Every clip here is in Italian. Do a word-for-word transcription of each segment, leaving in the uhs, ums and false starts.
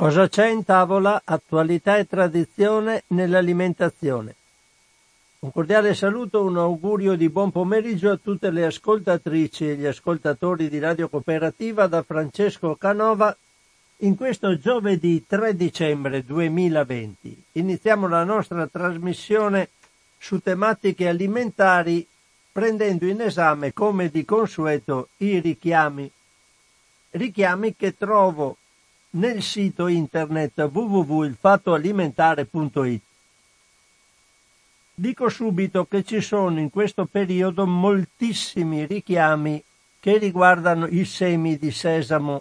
Cosa c'è in tavola? Attualità e tradizione nell'alimentazione. Un cordiale saluto, un augurio di buon pomeriggio a tutte le ascoltatrici e gli ascoltatori di Radio Cooperativa da Francesco Canova in questo giovedì tre dicembre duemilaventi. Iniziamo la nostra trasmissione su tematiche alimentari prendendo in esame, come di consueto, i richiami. Richiami che trovo nel sito internet w w w punto il fatto alimentare punto it. Dico subito che ci sono in questo periodo moltissimi richiami che riguardano i semi di sesamo.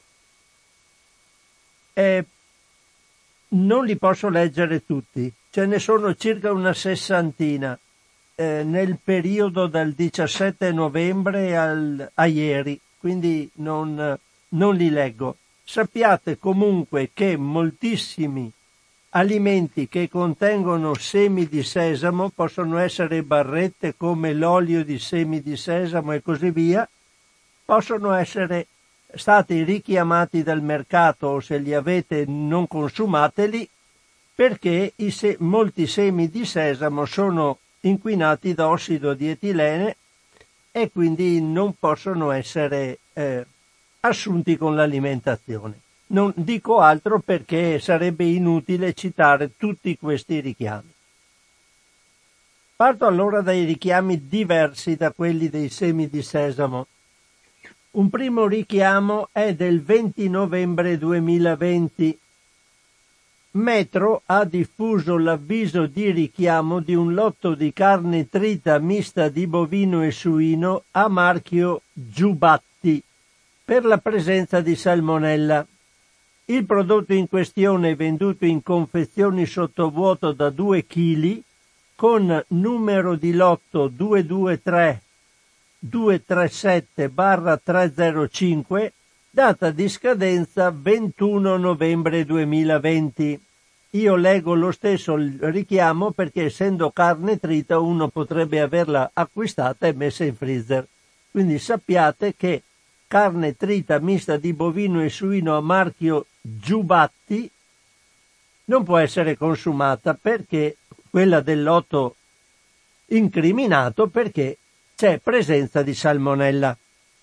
E non li posso leggere tutti, ce ne sono circa una sessantina eh, nel periodo dal diciassette novembre al, a ieri, quindi non, non li leggo. Sappiate comunque che moltissimi alimenti che contengono semi di sesamo possono essere barrette come l'olio di semi di sesamo e così via, possono essere stati richiamati dal mercato o se li avete non consumateli perché i se- molti semi di sesamo sono inquinati da ossido di etilene e quindi non possono essere eh, assunti con l'alimentazione. Non dico altro perché sarebbe inutile citare tutti questi richiami. Parto allora dai richiami diversi da quelli dei semi di sesamo. Un primo richiamo è del venti novembre duemilaventi. Metro ha diffuso l'avviso di richiamo di un lotto di carne trita mista di bovino e suino a marchio Giubatti per la presenza di salmonella. Il prodotto in questione è venduto in confezioni sottovuoto da due chili con numero di lotto due due tre due tre sette tre zero cinque, data di scadenza ventuno novembre duemilaventi. Io leggo lo stesso il richiamo perché essendo carne trita uno potrebbe averla acquistata e messa in freezer. Quindi sappiate che carne trita mista di bovino e suino a marchio Giubatti non può essere consumata perché quella del lotto incriminato perché c'è presenza di salmonella.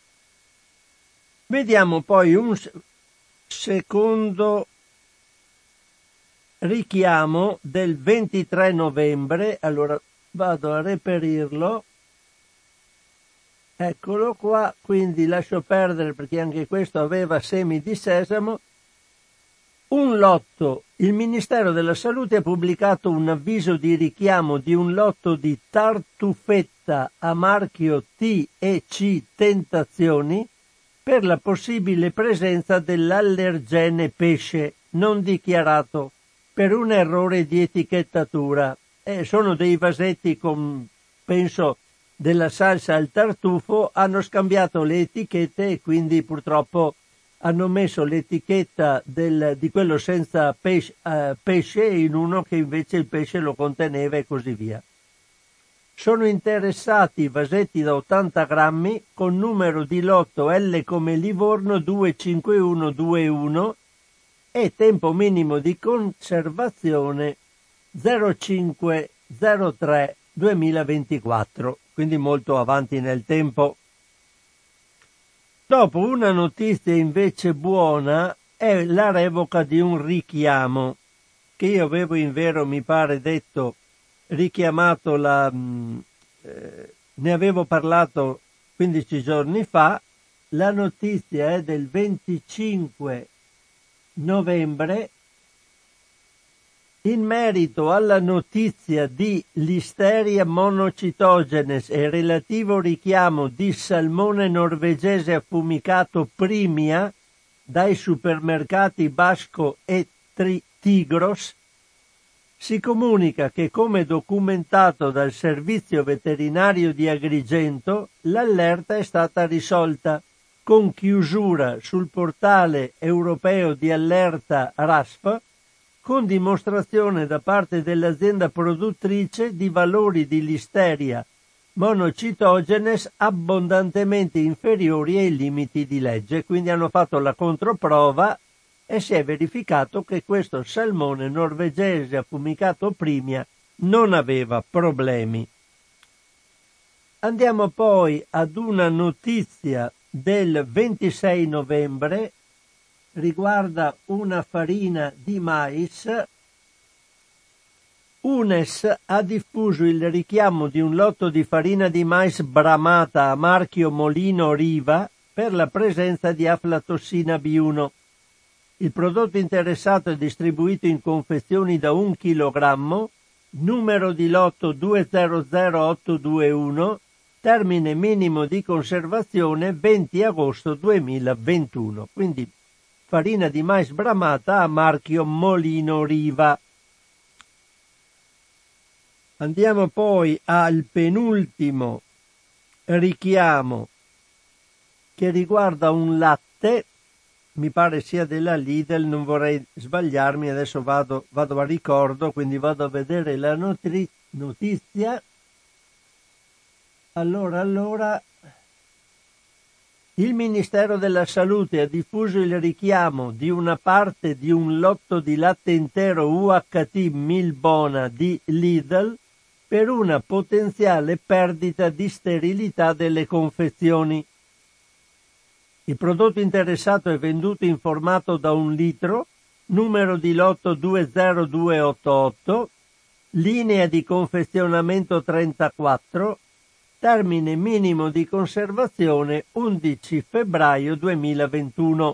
Vediamo poi un secondo richiamo del ventitré novembre, allora vado a reperirlo. Eccolo qua, quindi lascio perdere perché anche questo aveva semi di sesamo. Un lotto, il Ministero della Salute ha pubblicato un avviso di richiamo di un lotto di tartufetta a marchio T e C Tentazioni per la possibile presenza dell'allergene pesce non dichiarato per un errore di etichettatura. Eh, sono dei vasetti con, penso, della salsa al tartufo, hanno scambiato le etichette e quindi purtroppo hanno messo l'etichetta del, di quello senza pesce, uh, pesce in uno che invece il pesce lo conteneva e così via. Sono interessati vasetti da ottanta grammi con numero di lotto L come Livorno due cinque uno due uno e tempo minimo di conservazione zero cinque zero tre duemilaventiquattro, quindi molto avanti nel tempo. Dopo una notizia invece buona è la revoca di un richiamo che io avevo in vero mi pare detto richiamato la eh, ne avevo parlato quindici giorni fa. La notizia è del venticinque novembre in merito alla notizia di Listeria monocitogenes e relativo richiamo di salmone norvegese affumicato Primia dai supermercati Basco e Tri- Tigros, si comunica che, come documentato dal Servizio Veterinario di Agrigento, l'allerta è stata risolta con chiusura sul portale europeo di allerta R A S F, con dimostrazione da parte dell'azienda produttrice di valori di Listeria monocitogenes abbondantemente inferiori ai limiti di legge. Quindi hanno fatto la controprova e si è verificato che questo salmone norvegese affumicato Primia non aveva problemi. Andiamo poi ad una notizia del ventisei novembre, riguarda una farina di mais. Unes ha diffuso il richiamo di un lotto di farina di mais bramata a marchio Molino Riva per la presenza di aflatossina B uno. Il prodotto interessato è distribuito in confezioni da un chilogrammo, numero di lotto due zero zero otto due uno, termine minimo di conservazione venti agosto duemilaventuno. Quindi farina di mais bramata a marchio Molino Riva. Andiamo poi al penultimo richiamo che riguarda un latte, mi pare sia della Lidl, non vorrei sbagliarmi, adesso vado, vado a ricordo, quindi vado a vedere la notri- notizia. Allora, allora, il Ministero della Salute ha diffuso il richiamo di una parte di un lotto di latte intero U H T Milbona di Lidl per una potenziale perdita di sterilità delle confezioni. Il prodotto interessato è venduto in formato da un litro, numero di lotto due zero due otto otto, linea di confezionamento trentaquattro, termine minimo di conservazione undici febbraio duemilaventuno.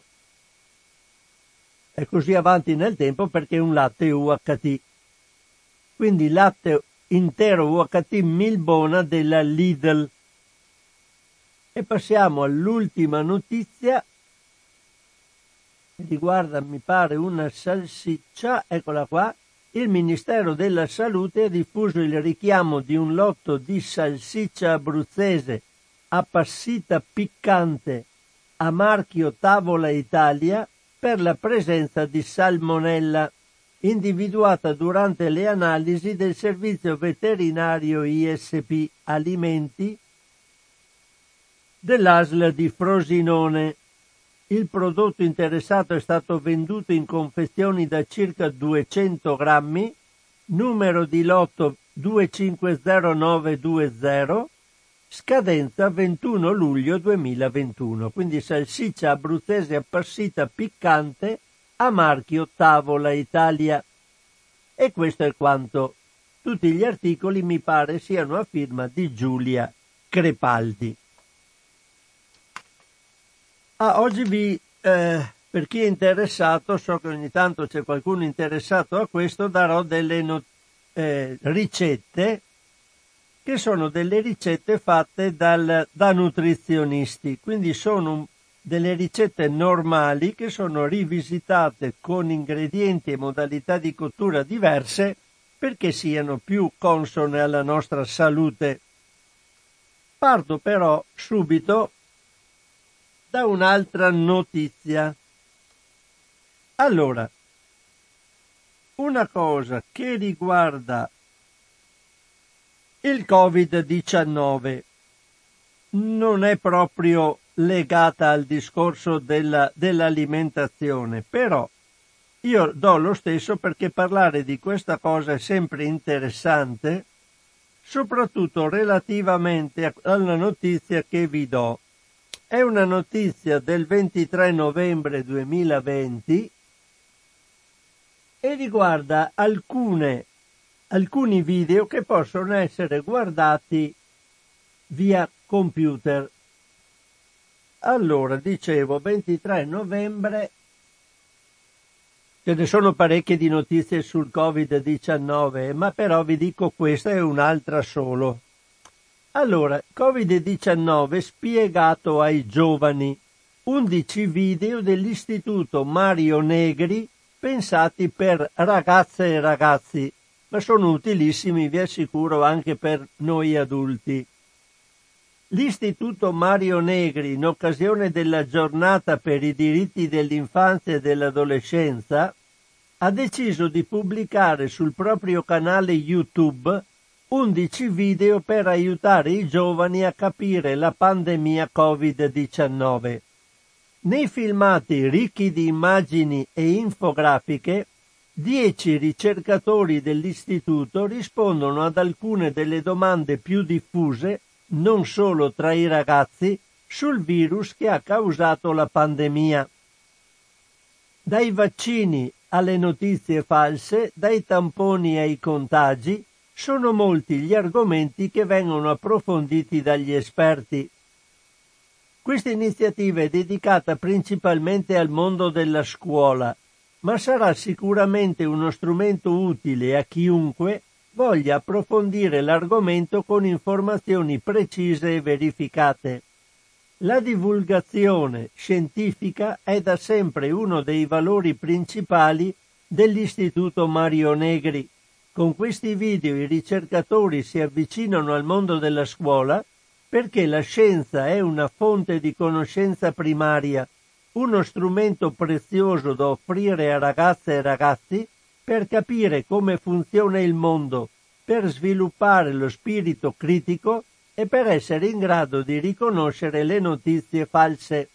È così avanti nel tempo perché è un latte U H T. Quindi latte intero U H T Milbona della Lidl. E passiamo all'ultima notizia, che riguarda, mi pare, una salsiccia, eccola qua. Il Ministero della Salute ha diffuso il richiamo di un lotto di salsiccia abruzzese appassita piccante a marchio Tavola Italia per la presenza di salmonella, individuata durante le analisi del servizio veterinario I S P Alimenti dell'A S L di Frosinone. Il prodotto interessato è stato venduto in confezioni da circa duecento grammi, numero di lotto due cinque zero nove due zero, scadenza ventuno luglio duemilaventuno. Quindi salsiccia abruzzese appassita piccante a marchio Tavola Italia. E questo è quanto. Tutti gli articoli mi pare siano a firma di Giulia Crepaldi. Ah, oggi vi, eh, per chi è interessato, so che ogni tanto c'è qualcuno interessato a questo, darò delle no- eh, ricette che sono delle ricette fatte dal, da nutrizionisti, quindi sono delle ricette normali che sono rivisitate con ingredienti e modalità di cottura diverse perché siano più consone alla nostra salute. Parto però subito da un'altra notizia. Allora, una cosa che riguarda il covid diciannove non è proprio legata al discorso della, dell'alimentazione, però io do lo stesso perché parlare di questa cosa è sempre interessante, soprattutto relativamente alla notizia che vi do. È una notizia del ventitré novembre duemilaventi e riguarda alcune, alcuni video che possono essere guardati via computer. Allora, dicevo, ventitré novembre, ce ne sono parecchie di notizie sul covid diciannove, ma però vi dico questa e un'altra solo. Allora, covid diciannove spiegato ai giovani, undici video dell'Istituto Mario Negri pensati per ragazze e ragazzi, ma sono utilissimi, vi assicuro, anche per noi adulti. L'Istituto Mario Negri, in occasione della giornata per i diritti dell'infanzia e dell'adolescenza, ha deciso di pubblicare sul proprio canale YouTube undici video per aiutare i giovani a capire la pandemia covid diciannove. Nei filmati ricchi di immagini e infografiche, dieci ricercatori dell'istituto rispondono ad alcune delle domande più diffuse, non solo tra i ragazzi, sul virus che ha causato la pandemia. Dai vaccini alle notizie false, dai tamponi ai contagi, sono molti gli argomenti che vengono approfonditi dagli esperti. Questa iniziativa è dedicata principalmente al mondo della scuola, ma sarà sicuramente uno strumento utile a chiunque voglia approfondire l'argomento con informazioni precise e verificate. La divulgazione scientifica è da sempre uno dei valori principali dell'Istituto Mario Negri. Con questi video i ricercatori si avvicinano al mondo della scuola perché la scienza è una fonte di conoscenza primaria, uno strumento prezioso da offrire a ragazze e ragazzi per capire come funziona il mondo, per sviluppare lo spirito critico e per essere in grado di riconoscere le notizie false.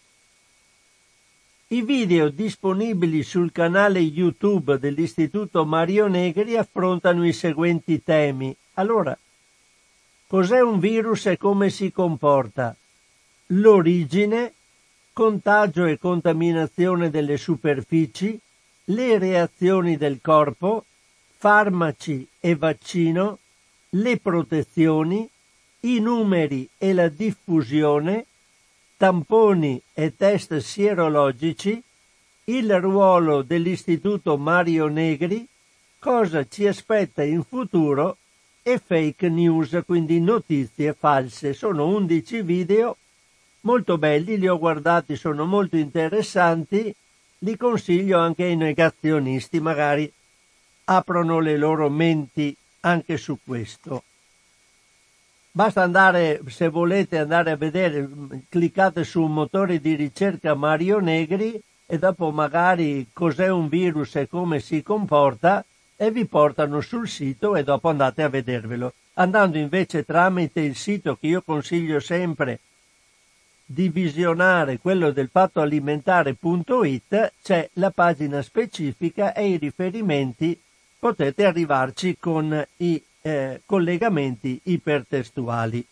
I video disponibili sul canale YouTube dell'Istituto Mario Negri affrontano i seguenti temi. Allora, cos'è un virus e come si comporta? L'origine, contagio e contaminazione delle superfici, le reazioni del corpo, farmaci e vaccino, le protezioni, i numeri e la diffusione, tamponi e test sierologici, il ruolo dell'Istituto Mario Negri, cosa ci aspetta in futuro e fake news, quindi notizie false. Sono undici video molto belli, li ho guardati, sono molto interessanti, li consiglio anche ai negazionisti, magari aprono le loro menti anche su questo. Basta andare, se volete andare a vedere, cliccate su un motore di ricerca Mario Negri e dopo magari cos'è un virus e come si comporta e vi portano sul sito e dopo andate a vedervelo. Andando invece tramite il sito che io consiglio sempre di visionare, quello del fattoalimentare punto it, c'è la pagina specifica e i riferimenti, potete arrivarci con i Eh, collegamenti ipertestuali.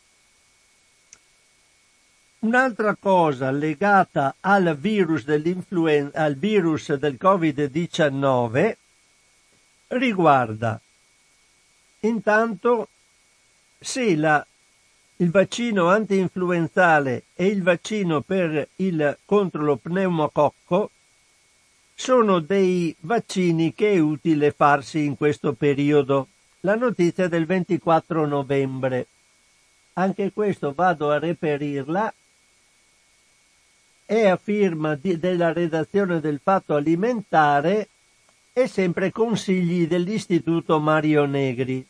Un'altra cosa legata al virus dell'influenza, al virus del covid diciannove riguarda intanto se la, il vaccino anti-influenzale e il vaccino per il contro lo pneumococco sono dei vaccini che è utile farsi in questo periodo. La notizia del ventiquattro novembre. Anche questo vado a reperirla. È a firma di, della redazione del Fatto Alimentare e sempre consigli dell'Istituto Mario Negri.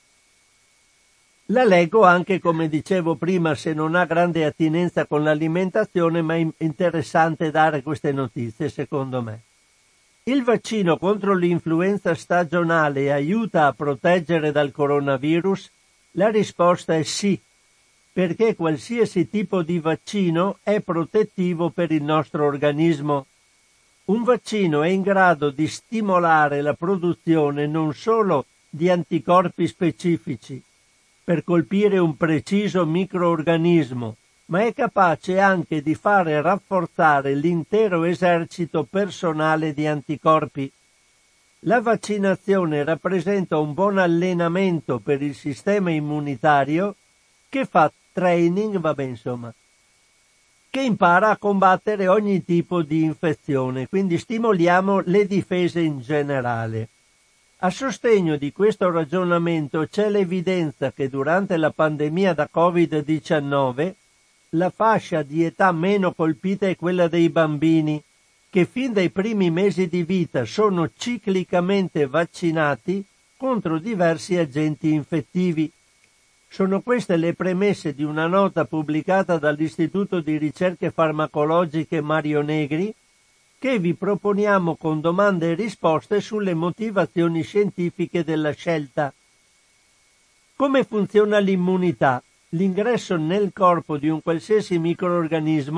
La leggo anche, come dicevo prima, se non ha grande attinenza con l'alimentazione, ma è interessante dare queste notizie, secondo me. Il vaccino contro l'influenza stagionale aiuta a proteggere dal coronavirus? La risposta è sì, perché qualsiasi tipo di vaccino è protettivo per il nostro organismo. Un vaccino è in grado di stimolare la produzione non solo di anticorpi specifici per colpire un preciso microorganismo, ma è capace anche di fare rafforzare l'intero esercito personale di anticorpi. La vaccinazione rappresenta un buon allenamento per il sistema immunitario che fa training, vabbè insomma, che impara a combattere ogni tipo di infezione, quindi stimoliamo le difese in generale. A sostegno di questo ragionamento c'è l'evidenza che durante la pandemia da covid diciannove la fascia di età meno colpita è quella dei bambini, che fin dai primi mesi di vita sono ciclicamente vaccinati contro diversi agenti infettivi. Sono queste le premesse di una nota pubblicata dall'Istituto di Ricerche Farmacologiche Mario Negri, che vi proponiamo con domande e risposte sulle motivazioni scientifiche della scelta. Come funziona l'immunità? L'ingresso nel corpo di un qualsiasi microorganismo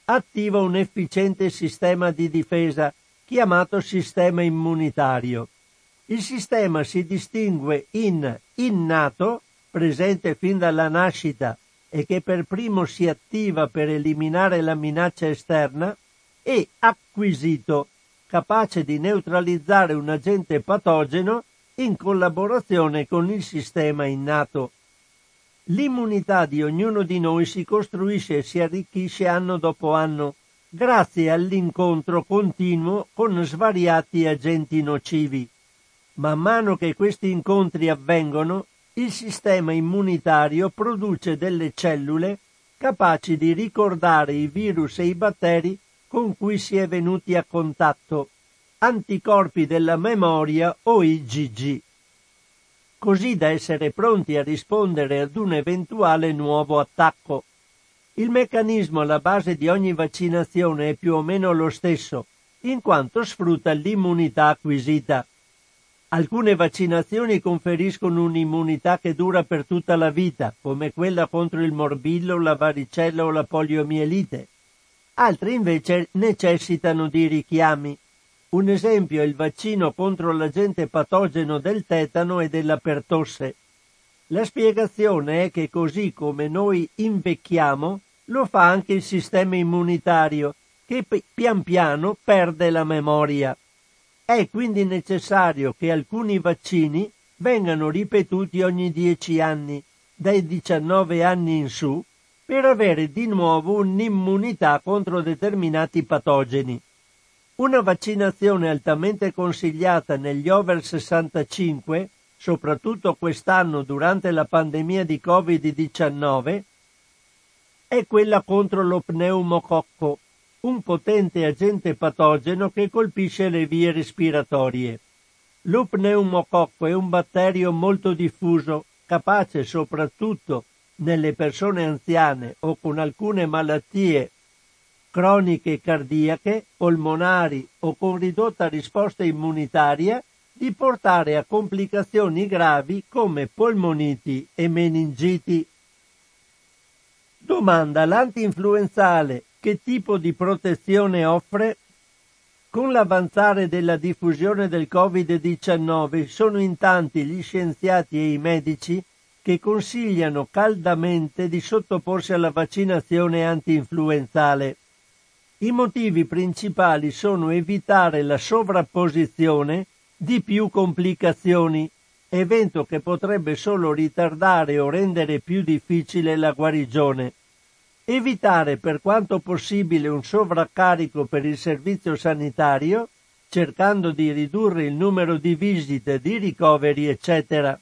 attiva un efficiente sistema di difesa chiamato sistema immunitario. Il sistema si distingue in innato, presente fin dalla nascita e che per primo si attiva per eliminare la minaccia esterna, e acquisito, capace di neutralizzare un agente patogeno in collaborazione con il sistema innato. L'immunità di ognuno di noi si costruisce e si arricchisce anno dopo anno, grazie all'incontro continuo con svariati agenti nocivi. Man mano che questi incontri avvengono, il sistema immunitario produce delle cellule capaci di ricordare i virus e i batteri con cui si è venuti a contatto, anticorpi della memoria o I G G, così da essere pronti a rispondere ad un eventuale nuovo attacco. Il meccanismo alla base di ogni vaccinazione è più o meno lo stesso, in quanto sfrutta l'immunità acquisita. Alcune vaccinazioni conferiscono un'immunità che dura per tutta la vita, come quella contro il morbillo, la varicella o la poliomielite. Altre invece necessitano di richiami. Un esempio è il vaccino contro l'agente patogeno del tetano e della pertosse. La spiegazione è che così come noi invecchiamo, lo fa anche il sistema immunitario, che pian piano perde la memoria. È quindi necessario che alcuni vaccini vengano ripetuti ogni dieci anni, dai diciannove anni in su, per avere di nuovo un'immunità contro determinati patogeni. Una vaccinazione altamente consigliata negli over sessantacinque, soprattutto quest'anno durante la pandemia di covid diciannove, è quella contro lo pneumococco, un potente agente patogeno che colpisce le vie respiratorie. Lo pneumococco è un batterio molto diffuso, capace soprattutto nelle persone anziane o con alcune malattie croniche cardiache, polmonari o con ridotta risposta immunitaria, di portare a complicazioni gravi come polmoniti e meningiti. Domanda: l'antinfluenzale che tipo di protezione offre? Con l'avanzare della diffusione del covid diciannove sono in tanti gli scienziati e i medici che consigliano caldamente di sottoporsi alla vaccinazione antinfluenzale. I motivi principali sono evitare la sovrapposizione di più complicazioni, evento che potrebbe solo ritardare o rendere più difficile la guarigione. Evitare per quanto possibile un sovraccarico per il servizio sanitario, cercando di ridurre il numero di visite, di ricoveri, eccetera.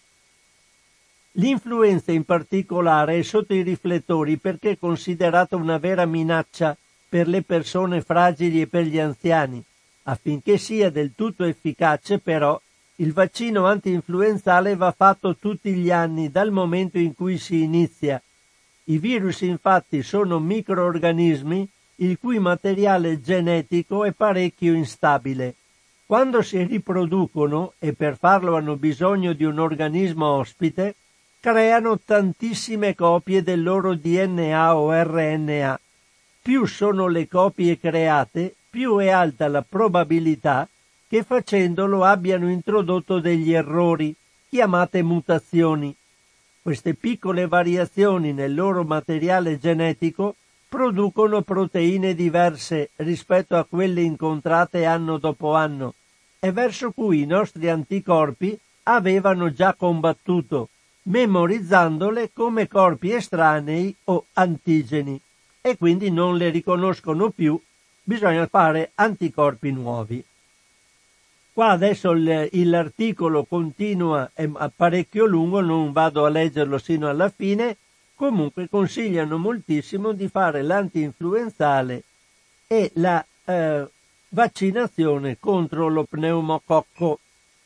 L'influenza in particolare è sotto i riflettori perché è considerata una vera minaccia per le persone fragili e per gli anziani. Affinché sia del tutto efficace, però, il vaccino antinfluenzale va fatto tutti gli anni dal momento in cui si inizia. I virus infatti sono microorganismi il cui materiale genetico è parecchio instabile. Quando si riproducono, e per farlo hanno bisogno di un organismo ospite, creano tantissime copie del loro D N A o R N A. Più sono le copie create, più è alta la probabilità che facendolo abbiano introdotto degli errori, chiamate mutazioni. Queste piccole variazioni nel loro materiale genetico producono proteine diverse rispetto a quelle incontrate anno dopo anno e verso cui i nostri anticorpi avevano già combattuto, memorizzandole come corpi estranei o antigeni, e quindi non le riconoscono più, bisogna fare anticorpi nuovi. Qua adesso il, l'articolo continua, è parecchio lungo, non vado a leggerlo sino alla fine. Comunque consigliano moltissimo di fare l'antinfluenzale e la eh, vaccinazione contro lo pneumococco.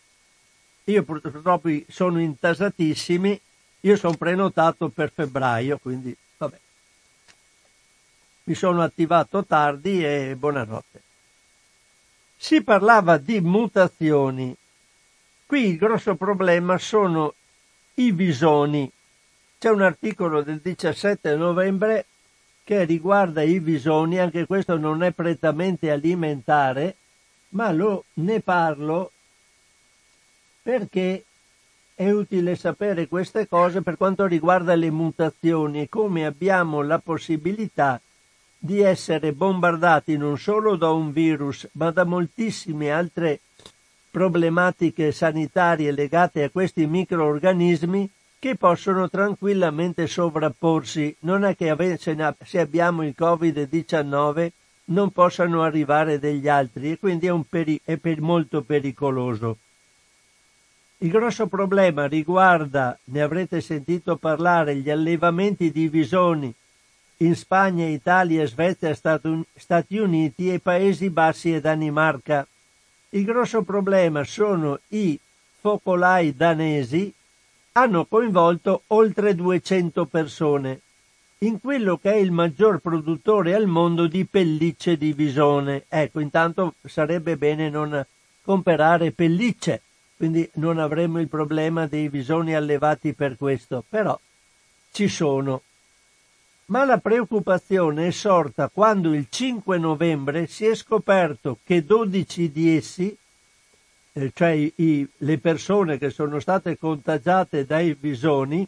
Io purtroppo sono intasatissimi, io sono prenotato per febbraio, quindi vabbè. Mi sono attivato tardi e buonanotte. Si parlava di mutazioni. Qui il grosso problema sono i visoni. C'è un articolo del diciassette novembre che riguarda i visoni, anche questo non è prettamente alimentare, ma lo ne parlo perché è utile sapere queste cose per quanto riguarda le mutazioni e come abbiamo la possibilità di essere bombardati non solo da un virus, ma da moltissime altre problematiche sanitarie legate a questi microorganismi che possono tranquillamente sovrapporsi. Non è che ave- se abbiamo il covid diciannove non possano arrivare degli altri, e quindi è, un peri- è per molto pericoloso. Il grosso problema riguarda, ne avrete sentito parlare, gli allevamenti di visoni in Spagna, Italia, Svezia, Stati Uniti e Paesi Bassi e Danimarca. Il grosso problema sono i focolai danesi, hanno coinvolto oltre duecento persone in quello che è il maggior produttore al mondo di pellicce di visone. Ecco, intanto sarebbe bene non comprare pellicce, quindi non avremmo il problema dei visoni allevati per questo, però ci sono. Ma la preoccupazione è sorta quando il cinque novembre si è scoperto che dodici di essi, eh, cioè i, le persone che sono state contagiate dai visoni,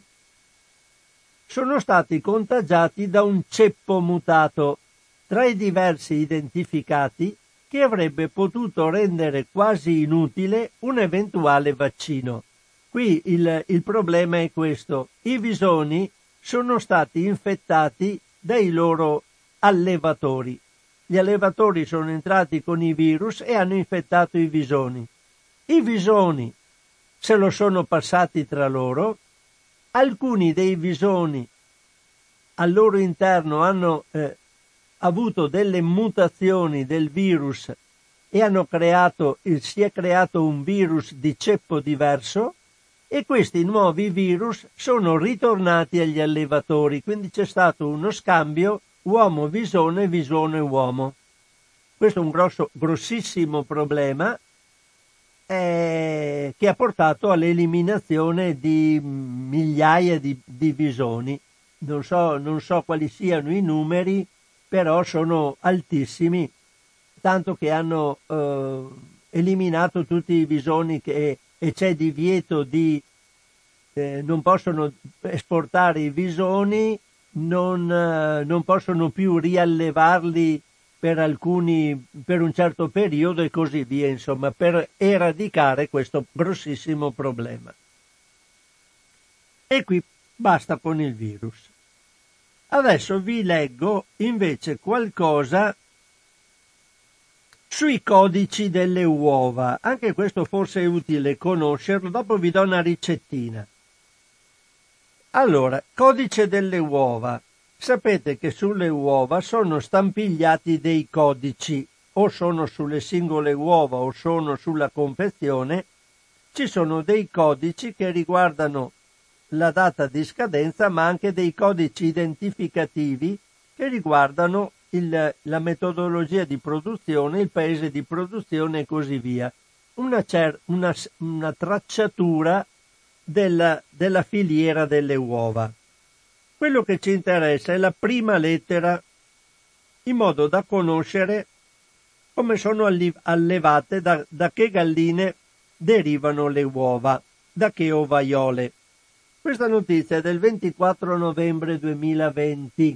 sono stati contagiati da un ceppo mutato tra i diversi identificati che avrebbe potuto rendere quasi inutile un eventuale vaccino. Qui il, il problema è questo: i visoni sono stati infettati dai loro allevatori. Gli allevatori sono entrati con i virus e hanno infettato i visoni. I visoni se lo sono passati tra loro. Alcuni dei visoni al loro interno hanno eh, avuto delle mutazioni del virus e hanno creato, si è creato un virus di ceppo diverso, e questi nuovi virus sono ritornati agli allevatori, quindi c'è stato uno scambio uomo-visone, visone-uomo. Questo è un grosso, grossissimo problema eh, che ha portato all'eliminazione di migliaia di, di visoni. Non so, non so quali siano i numeri, però sono altissimi, tanto che hanno eh, eliminato tutti i visoni che, e c'è divieto di eh, non possono esportare i visoni, non, eh, non possono più riallevarli per alcuni, per un certo periodo e così via, insomma, per eradicare questo grossissimo problema. E qui basta con il virus. Adesso vi leggo invece qualcosa sui codici delle uova. Anche questo forse è utile conoscerlo, dopo vi do una ricettina. Allora, codice delle uova. Sapete che sulle uova sono stampigliati dei codici, o sono sulle singole uova o sono sulla confezione. Ci sono dei codici che riguardano la data di scadenza, ma anche dei codici identificativi che riguardano il, la metodologia di produzione, il paese di produzione e così via. Una, cer- una, una tracciatura della, della filiera delle uova. Quello che ci interessa è la prima lettera, in modo da conoscere come sono alli- allevate, da, da che galline derivano le uova, da che ovaiole. Questa notizia è del ventiquattro novembre duemilaventi.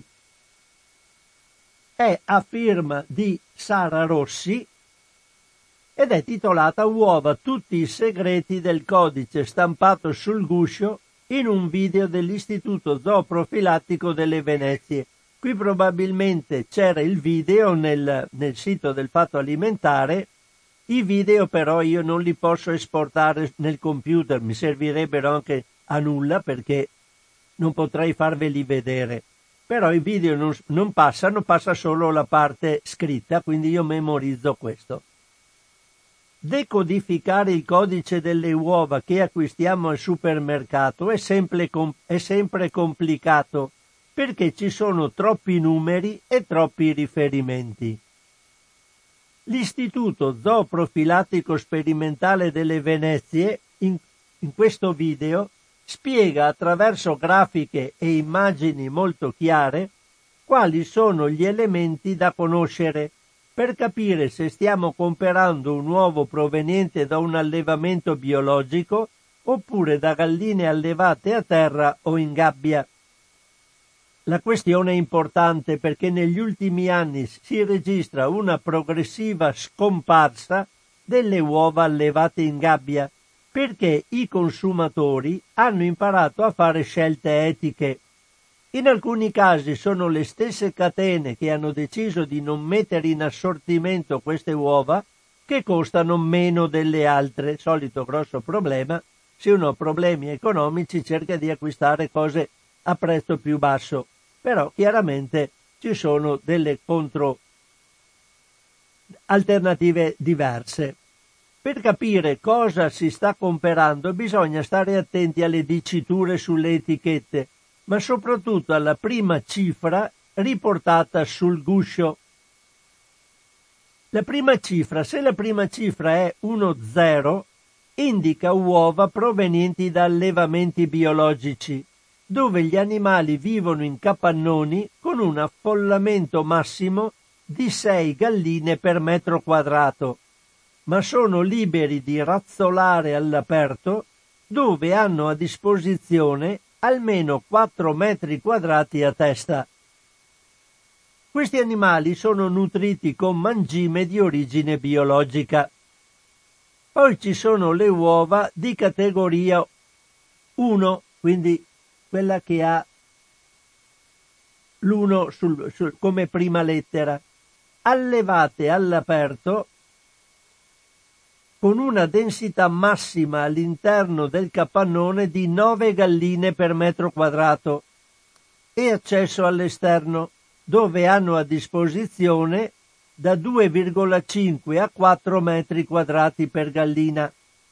È a firma di Sara Rossi ed è titolata "Uova, tutti i segreti del codice", stampato sul guscio in un video dell'Istituto Zooprofilattico delle Venezie. Qui probabilmente c'era il video nel, nel sito del Fatto Alimentare. I video però io non li posso esportare nel computer, mi servirebbero anche a nulla perché non potrei farveli vedere. Però i video non, non passano, passa solo la parte scritta, quindi io memorizzo questo. Decodificare il codice delle uova che acquistiamo al supermercato è sempre, è sempre complicato, perché ci sono troppi numeri e troppi riferimenti. L'Istituto Zooprofilattico Sperimentale delle Venezie, in, in questo video, spiega attraverso grafiche e immagini molto chiare quali sono gli elementi da conoscere per capire se stiamo comprando un uovo proveniente da un allevamento biologico oppure da galline allevate a terra o in gabbia. La questione è importante perché negli ultimi anni si registra una progressiva scomparsa delle uova allevate in gabbia, perché i consumatori hanno imparato a fare scelte etiche. In alcuni casi sono le stesse catene che hanno deciso di non mettere in assortimento queste uova che costano meno delle altre. Solito grosso problema, se uno ha problemi economici cerca di acquistare cose a prezzo più basso, però chiaramente ci sono delle contro alternative diverse. Per capire cosa si sta comprando bisogna stare attenti alle diciture sulle etichette, ma soprattutto alla prima cifra riportata sul guscio. La prima cifra, se la prima cifra è uno zero, indica uova provenienti da allevamenti biologici, dove gli animali vivono in capannoni con un affollamento massimo di sei galline per metro quadrato, ma sono liberi di razzolare all'aperto, dove hanno a disposizione almeno quattro metri quadrati a testa. Questi animali sono nutriti con mangime di origine biologica. Poi ci sono le uova di categoria uno, quindi quella che ha l'uno sul, sul, come prima lettera, allevate all'aperto con una densità massima all'interno del capannone di nove galline per metro quadrato e accesso all'esterno, dove hanno a disposizione da due virgola cinque a quattro metri quadrati per gallina.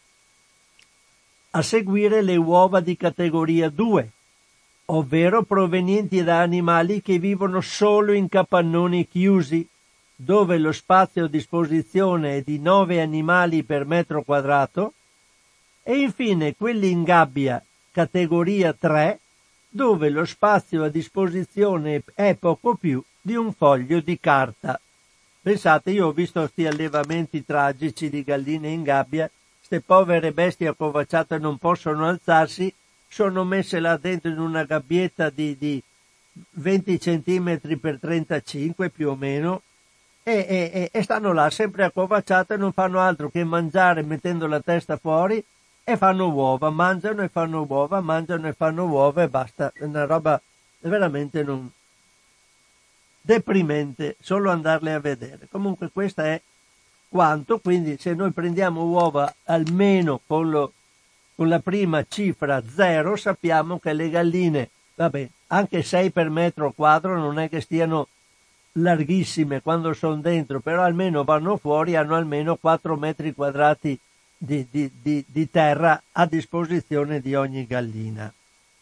A seguire le uova di categoria due, ovvero provenienti da animali che vivono solo in capannoni chiusi, dove lo spazio a disposizione è di nove animali per metro quadrato, e infine quelli in gabbia, categoria tre, dove lo spazio a disposizione è poco più di un foglio di carta. Pensate, io ho visto questi allevamenti tragici di galline in gabbia, ste povere bestie accovacciate non possono alzarsi, sono messe là dentro in una gabbietta di, di venti centimetri per trentacinque più o meno, E, e, e stanno là sempre accovacciate, non fanno altro che mangiare mettendo la testa fuori e fanno uova, mangiano e fanno uova, mangiano e fanno uova e basta. È una roba veramente non deprimente solo andarle a vedere. Comunque questa è quanto, quindi se noi prendiamo uova almeno con, lo, con la prima cifra zero, sappiamo che le galline, vabbè, anche sei per metro quadro non è che stiano larghissime quando sono dentro, però almeno vanno fuori, hanno almeno quattro metri quadrati di, di, di, di terra a disposizione di ogni gallina.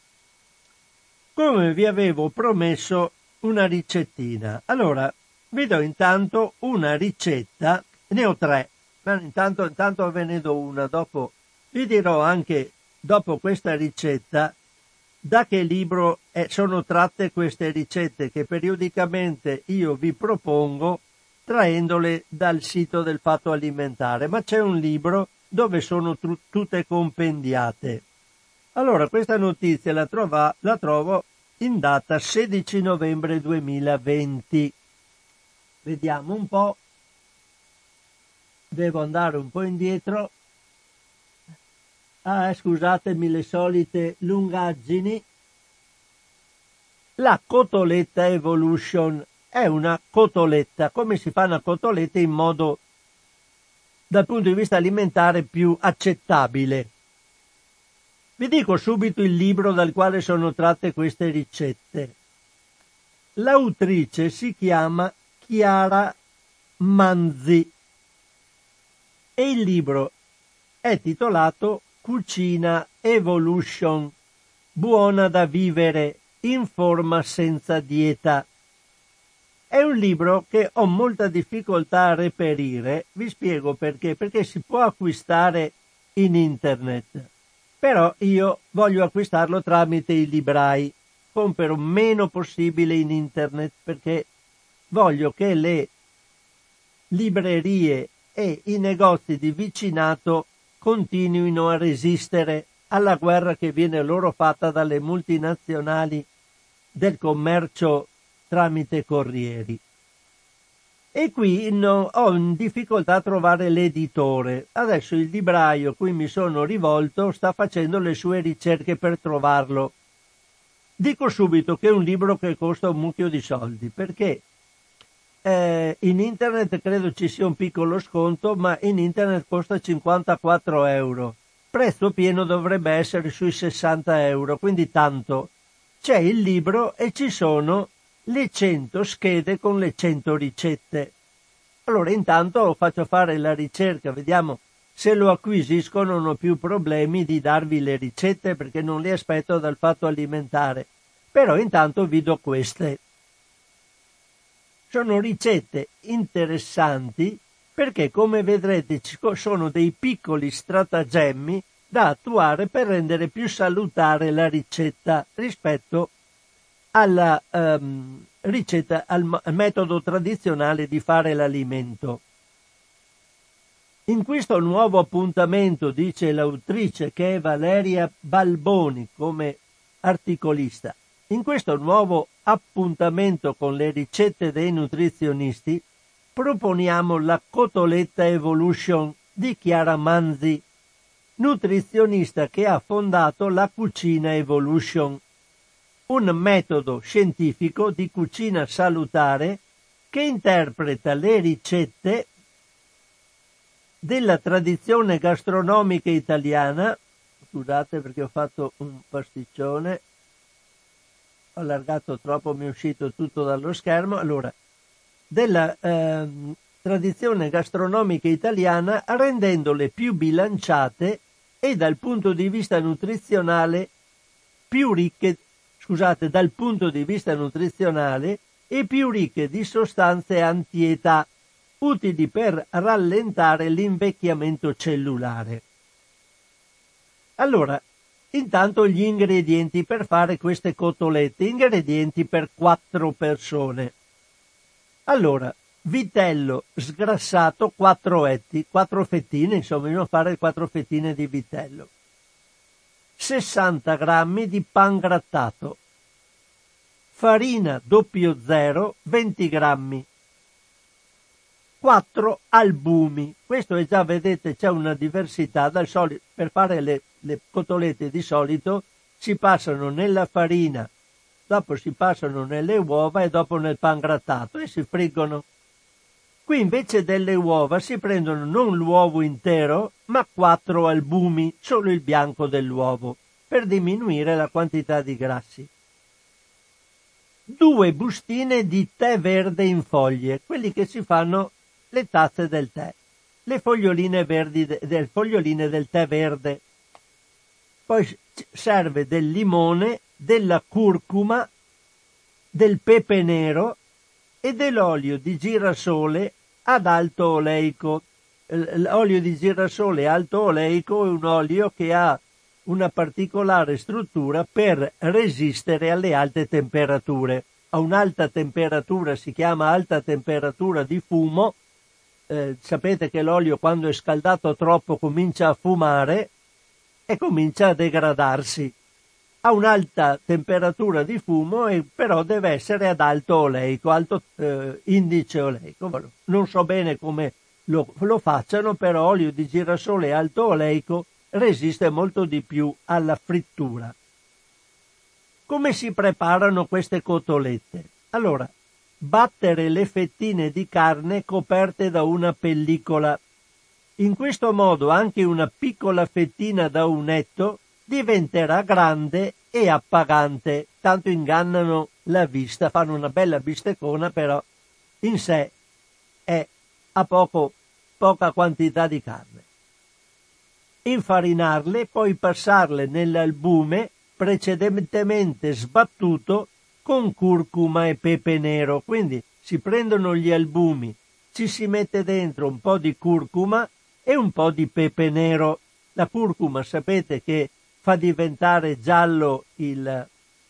Come vi avevo promesso, una ricettina. Allora, vi do intanto una ricetta, ne ho tre, ma intanto, intanto ve ne do una, dopo vi dirò anche, dopo questa ricetta, da che libro eh, sono tratte queste ricette che periodicamente io vi propongo traendole dal sito del Fatto Alimentare, ma c'è un libro dove sono tr- tutte compendiate. Allora, questa notizia la, trova, la trovo in data sedici novembre duemilaventi. Vediamo un po', devo andare un po' indietro. Ah, scusatemi le solite lungaggini. La cotoletta Evolution è una cotoletta. Come si fa una cotoletta in modo, dal punto di vista alimentare, più accettabile? Vi dico subito il libro dal quale sono tratte queste ricette. L'autrice si chiama Chiara Manzi e il libro è titolato Cucina Evolution, buona da vivere, in forma senza dieta. È un libro che ho molta difficoltà a reperire, vi spiego perché, perché si può acquistare in internet, però io voglio acquistarlo tramite i librai compro meno possibile in internet, perché voglio che le librerie e i negozi di vicinato continuino a resistere alla guerra che viene loro fatta dalle multinazionali del commercio tramite corrieri. E qui no, ho in difficoltà a trovare l'editore. Adesso il libraio a cui mi sono rivolto sta facendo le sue ricerche per trovarlo. Dico subito che è un libro che costa un mucchio di soldi, perché eh, in internet credo ci sia un piccolo sconto, ma in internet costa cinquantaquattro euro. Prezzo pieno dovrebbe essere sui sessanta euro, quindi tanto. C'è il libro e ci sono le cento schede con le cento ricette. Allora intanto faccio fare la ricerca, vediamo se lo acquisisco, non ho più problemi di darvi le ricette perché non le aspetto dal fatto alimentare, però intanto vi do queste. Sono ricette interessanti perché, come vedrete, ci sono dei piccoli stratagemmi da attuare per rendere più salutare la ricetta rispetto alla um, ricetta, al, al metodo tradizionale di fare l'alimento. In questo nuovo appuntamento, dice l'autrice, che è Valeria Balboni come articolista, in questo nuovo appuntamento con le ricette dei nutrizionisti proponiamo la Cotoletta Evolution di Chiara Manzi, nutrizionista che ha fondato la Cucina Evolution, un metodo scientifico di cucina salutare che interpreta le ricette della tradizione gastronomica italiana. Scusate perché ho fatto un pasticcione, ho allargato troppo, mi è uscito tutto dallo schermo. Allora, della eh, tradizione gastronomica italiana, rendendole più bilanciate e dal punto di vista nutrizionale più ricche, scusate, dal punto di vista nutrizionale e più ricche di sostanze antietà, utili per rallentare l'invecchiamento cellulare. Allora, intanto gli ingredienti per fare queste cotolette, ingredienti per quattro persone. Allora, vitello sgrassato quattro etti, quattro fettine, insomma, bisogna fare quattro fettine di vitello. sessanta grammi di pan grattato. Farina doppio zero, venti grammi. quattro albumi. Questo è già, vedete, c'è una diversità dal solito. Per fare le, le cotolette di solito si passano nella farina, dopo si passano nelle uova e dopo nel pan grattato e si friggono. Qui invece delle uova si prendono non l'uovo intero, ma quattro albumi, solo il bianco dell'uovo, per diminuire la quantità di grassi. Due bustine di tè verde in foglie, quelli che si fanno le tazze del tè, le foglioline verdi de, del foglioline del tè verde. Poi serve del limone, della curcuma, del pepe nero e dell'olio di girasole ad alto oleico. L'olio di girasole alto oleico è un olio che ha una particolare struttura per resistere alle alte temperature. A un'alta temperatura si chiama alta temperatura di fumo. Eh, sapete che l'olio, quando è scaldato troppo, comincia a fumare e comincia a degradarsi. Ha un'alta temperatura di fumo e però deve essere ad alto oleico, alto eh, indice oleico. Non so bene come lo, lo facciano, però olio di girasole alto oleico resiste molto di più alla frittura. Come si preparano queste cotolette? Allora, battere le fettine di carne coperte da una pellicola. In questo modo anche una piccola fettina da unetto diventerà grande e appagante, tanto ingannano la vista, fanno una bella bistecona, però in sé è a poco, poca quantità di carne. Infarinarle, poi passarle nell'albume precedentemente sbattuto con curcuma e pepe nero. Quindi si prendono gli albumi, ci si mette dentro un po' di curcuma e un po' di pepe nero. La curcuma sapete che fa diventare giallo il,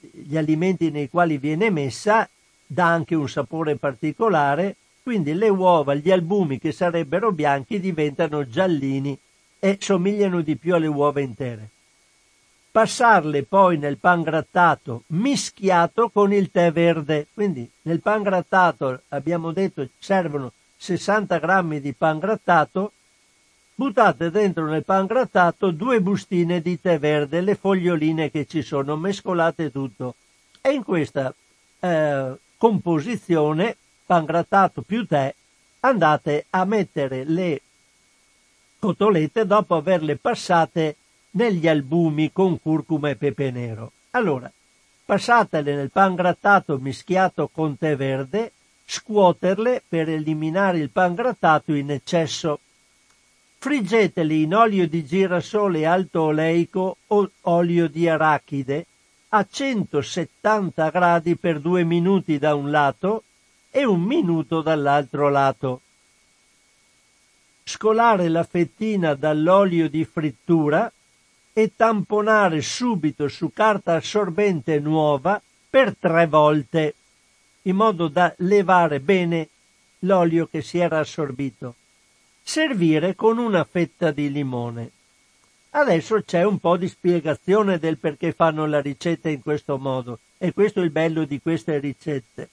gli alimenti nei quali viene messa, dà anche un sapore particolare, quindi le uova, gli albumi che sarebbero bianchi diventano giallini e somigliano di più alle uova intere. Passarle poi nel pangrattato mischiato con il tè verde, quindi nel pangrattato abbiamo detto servono sessanta grammi di pangrattato, buttate dentro nel pangrattato due bustine di tè verde, le foglioline che ci sono, mescolate tutto e in questa eh, composizione pangrattato più tè andate a mettere le cotolette dopo averle passate negli albumi con curcuma e pepe nero. Allora, passatele nel pangrattato mischiato con tè verde, scuoterle per eliminare il pangrattato in eccesso. Friggeteli in olio di girasole alto oleico o olio di arachide a centosettanta gradi per due minuti da un lato e un minuto dall'altro lato. Scolare la fettina dall'olio di frittura e tamponare subito su carta assorbente nuova per tre volte, in modo da levare bene l'olio che si era assorbito. Servire con una fetta di limone. Adesso c'è un po' di spiegazione del perché fanno la ricetta in questo modo, e questo è il bello di queste ricette.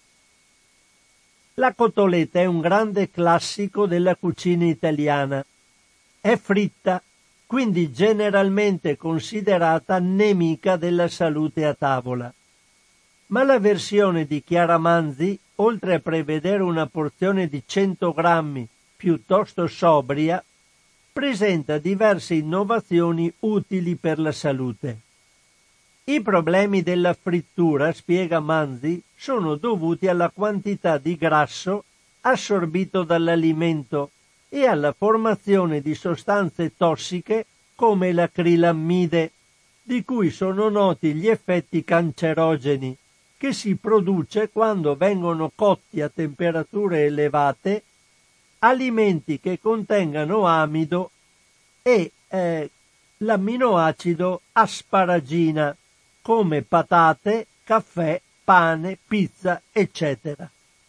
La cotoletta è un grande classico della cucina italiana. È fritta, quindi generalmente considerata nemica della salute a tavola. Ma la versione di Chiara Manzi, oltre a prevedere una porzione di cento grammi piuttosto sobria, presenta diverse innovazioni utili per la salute. I problemi della frittura, spiega Manzi, sono dovuti alla quantità di grasso assorbito dall'alimento e alla formazione di sostanze tossiche come l'acrilammide, di cui sono noti gli effetti cancerogeni, che si produce quando vengono cotti a temperature elevate alimenti che contengano amido e eh, l'amminoacido asparagina, come patate, caffè, pane, pizza, eccetera.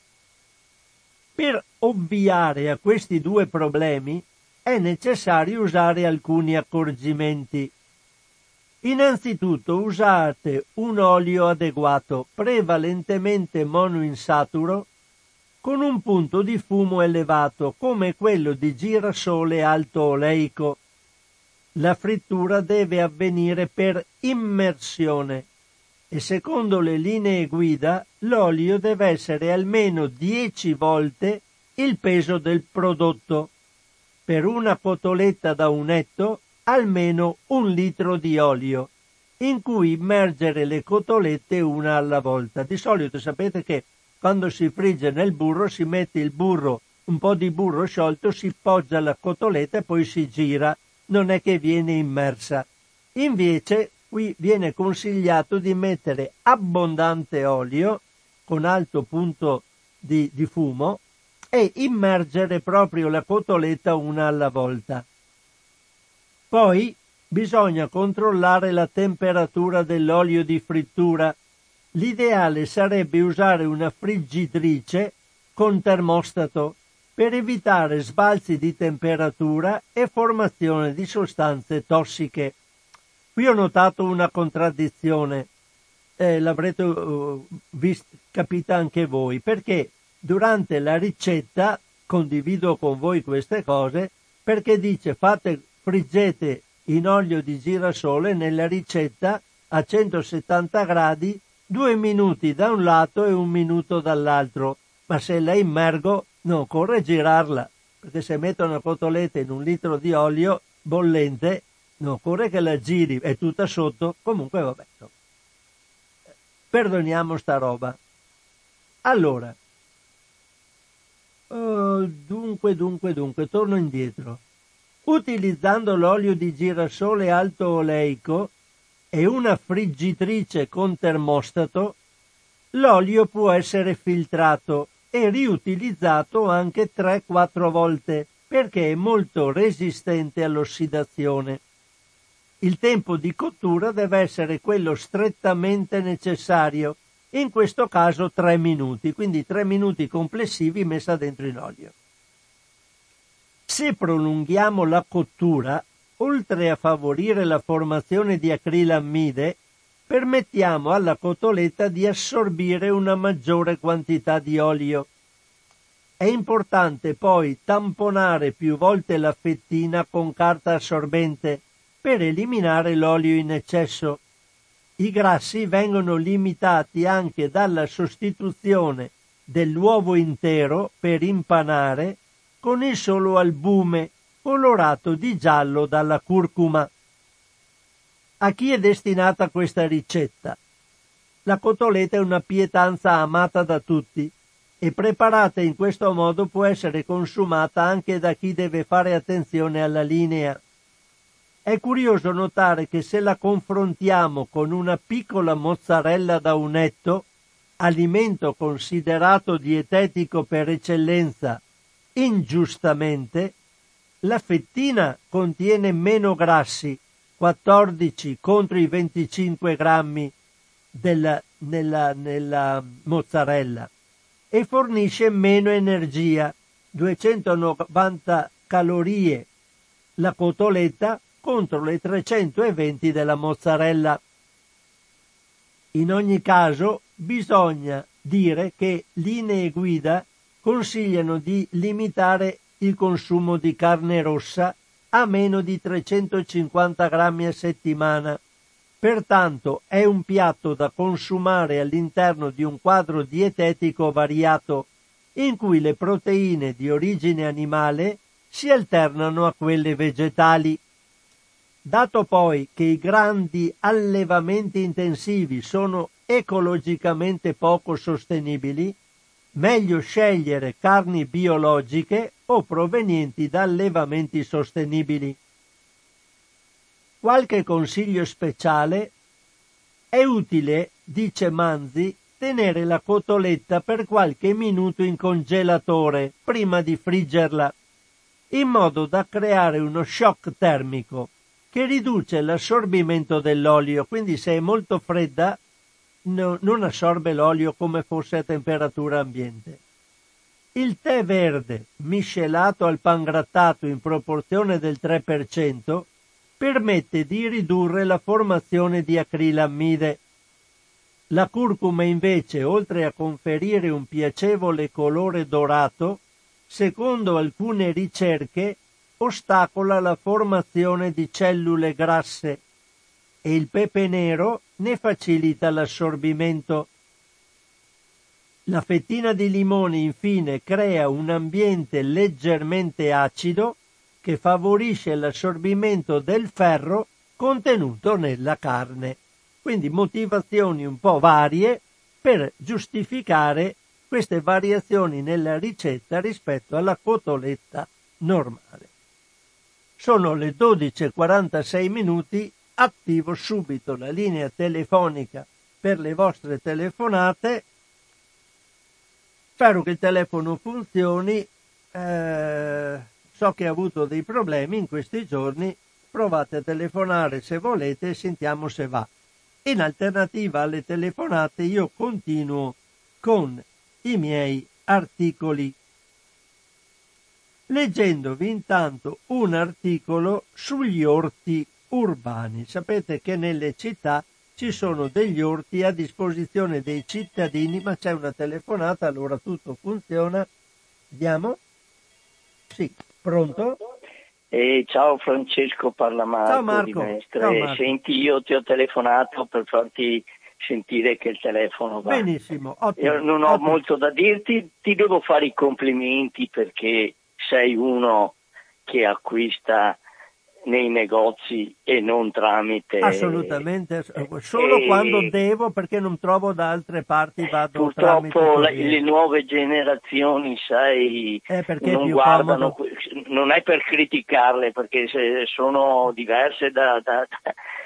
Per ovviare a questi due problemi è necessario usare alcuni accorgimenti. Innanzitutto usate un olio adeguato, prevalentemente monoinsaturo, con un punto di fumo elevato, come quello di girasole alto oleico. La frittura deve avvenire per immersione e secondo le linee guida l'olio deve essere almeno dieci volte il peso del prodotto. Per una cotoletta da unetto almeno un litro di olio, in cui immergere le cotolette una alla volta. Di solito sapete che quando si frigge nel burro si mette il burro, un po' di burro sciolto, si poggia la cotoletta e poi si gira, non è che viene immersa. Invece qui viene consigliato di mettere abbondante olio con alto punto di, di fumo e immergere proprio la cotoletta una alla volta. Poi bisogna controllare la temperatura dell'olio di frittura. L'ideale sarebbe usare una friggitrice con termostato per evitare sbalzi di temperatura e formazione di sostanze tossiche. Qui ho notato una contraddizione, eh, l'avrete uh, vist- capita anche voi, perché durante la ricetta condivido con voi queste cose, perché dice fate friggete in olio di girasole nella ricetta a centosettanta gradi due minuti da un lato e un minuto dall'altro, ma se la immergo non occorre girarla, perché se metto una cotoletta in un litro di olio bollente non occorre che la giri, è tutta sotto. Comunque vabbè, no. Perdoniamo sta roba. Allora, uh, dunque, dunque, dunque, torno indietro. Utilizzando l'olio di girasole alto oleico e una friggitrice con termostato, l'olio può essere filtrato e riutilizzato anche tre quattro volte perché è molto resistente all'ossidazione. Il tempo di cottura deve essere quello strettamente necessario, in questo caso tre minuti, quindi tre minuti complessivi messa dentro in olio. Se prolunghiamo la cottura, oltre a favorire la formazione di acrilammide, permettiamo alla cotoletta di assorbire una maggiore quantità di olio. È importante poi tamponare più volte la fettina con carta assorbente per eliminare l'olio in eccesso. I grassi vengono limitati anche dalla sostituzione dell'uovo intero per impanare con il solo albume colorato di giallo dalla curcuma. A chi è destinata questa ricetta? La cotoletta è una pietanza amata da tutti e preparata in questo modo può essere consumata anche da chi deve fare attenzione alla linea. È curioso notare che se la confrontiamo con una piccola mozzarella da unetto, alimento considerato dietetico per eccellenza, ingiustamente, la fettina contiene meno grassi, quattordici contro i venticinque grammi della, nella, nella mozzarella, e fornisce meno energia, duecentonovanta calorie la cotoletta contro le trecentoventi della mozzarella. In ogni caso bisogna dire che linee guida consigliano di limitare il consumo di carne rossa a meno di trecentocinquanta grammi a settimana. Pertanto è un piatto da consumare all'interno di un quadro dietetico variato in cui le proteine di origine animale si alternano a quelle vegetali. Dato poi che i grandi allevamenti intensivi sono ecologicamente poco sostenibili, meglio scegliere carni biologiche o provenienti da allevamenti sostenibili. Qualche consiglio speciale: è utile, dice Manzi, tenere la cotoletta per qualche minuto in congelatore prima di friggerla, in modo da creare uno shock termico che riduce l'assorbimento dell'olio, quindi se è molto fredda no, non assorbe l'olio come fosse a temperatura ambiente. Il tè verde miscelato al pangrattato in proporzione del tre per cento permette di ridurre la formazione di acrilammide. La curcuma invece, oltre a conferire un piacevole colore dorato, secondo alcune ricerche ostacola la formazione di cellule grasse e il pepe nero ne facilita l'assorbimento. La fettina di limone infine crea un ambiente leggermente acido che favorisce l'assorbimento del ferro contenuto nella carne. Quindi motivazioni un po' varie per giustificare queste variazioni nella ricetta rispetto alla cotoletta normale. Sono le dodici e quarantasei minuti, attivo subito la linea telefonica per le vostre telefonate. Spero che il telefono funzioni, eh, so che ha avuto dei problemi in questi giorni, provate a telefonare se volete e sentiamo se va. In alternativa alle telefonate io continuo con i miei articoli, leggendovi intanto un articolo sugli orti urbani. Sapete che nelle città ci sono degli orti a disposizione dei cittadini, ma c'è una telefonata, allora tutto funziona. Vediamo? Sì, pronto? Eh, ciao Francesco, parla Marco, ciao Marco. di Mestre. Ciao Marco. Senti, io ti ho telefonato per farti sentire che il telefono va. Benissimo, ottimo. Io non ho ottimo. molto da dirti, ti devo fare i complimenti perché sei uno che acquista nei negozi e non tramite... Assolutamente, solo e... quando devo, perché non trovo da altre parti, vado purtroppo tramite le nuove generazioni, sai, eh, non guardano, comodo. Non è per criticarle perché sono diverse da, da,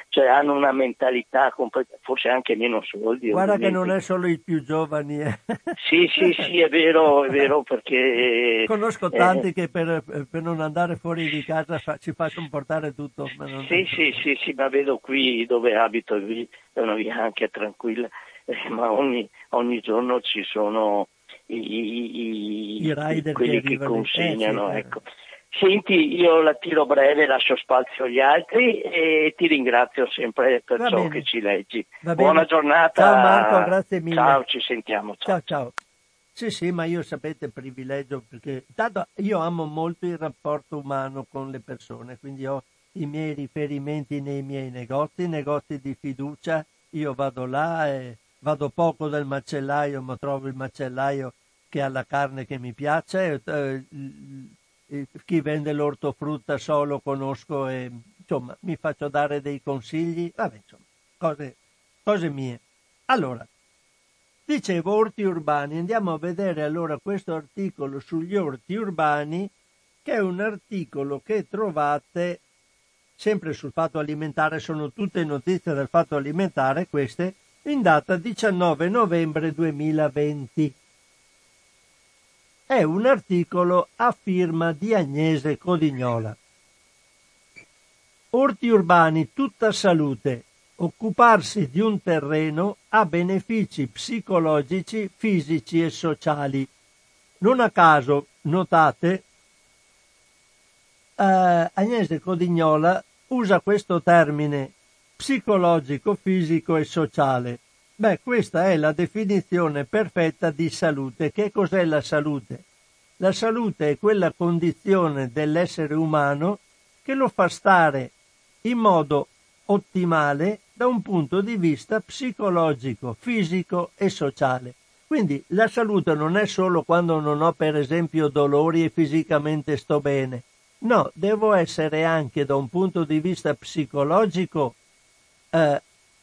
cioè hanno una mentalità completa, forse anche meno soldi. Guarda ovviamente. che non è solo i più giovani. Eh. Sì, sì, sì, è vero, è vero, perché... Conosco tanti eh, che per, per non andare fuori di casa fa, ci facciano portare tutto. Ma non sì, sì, sì, sì, ma vedo qui dove abito, qui è una via anche tranquilla, eh, ma ogni, ogni giorno ci sono i, i, I rider quelli che, che consegnano, eh, sì, ecco. Senti, io la tiro breve, lascio spazio agli altri e ti ringrazio sempre per Va ciò bene. che ci leggi. Va Buona bene. giornata. Ciao Marco, grazie mille. Ciao, ci sentiamo. Ciao, ciao. Sì, sì, ma io sapete privilegio perché tanto io amo molto il rapporto umano con le persone, quindi ho i miei riferimenti nei miei negozi, negozi di fiducia, io vado là e vado poco dal macellaio, ma trovo il macellaio che ha la carne che mi piace, eh, chi vende l'ortofrutta solo conosco e insomma mi faccio dare dei consigli, vabbè insomma, cose, cose mie. Allora, dicevo orti urbani, andiamo a vedere allora questo articolo sugli orti urbani, che è un articolo che trovate sempre sul Fatto Alimentare, sono tutte notizie del Fatto Alimentare queste, in data diciannove novembre duemilaventi. È un articolo a firma di Agnese Codignola. Orti urbani, tutta salute. Occuparsi di un terreno ha benefici psicologici, fisici e sociali. Non a caso, notate, eh, Agnese Codignola usa questo termine psicologico, fisico e sociale. Beh, questa è la definizione perfetta di salute. Che cos'è la salute? La salute è quella condizione dell'essere umano che lo fa stare in modo ottimale da un punto di vista psicologico, fisico e sociale. Quindi la salute non è solo quando non ho per esempio dolori e fisicamente sto bene. No, devo essere anche da un punto di vista psicologico eh,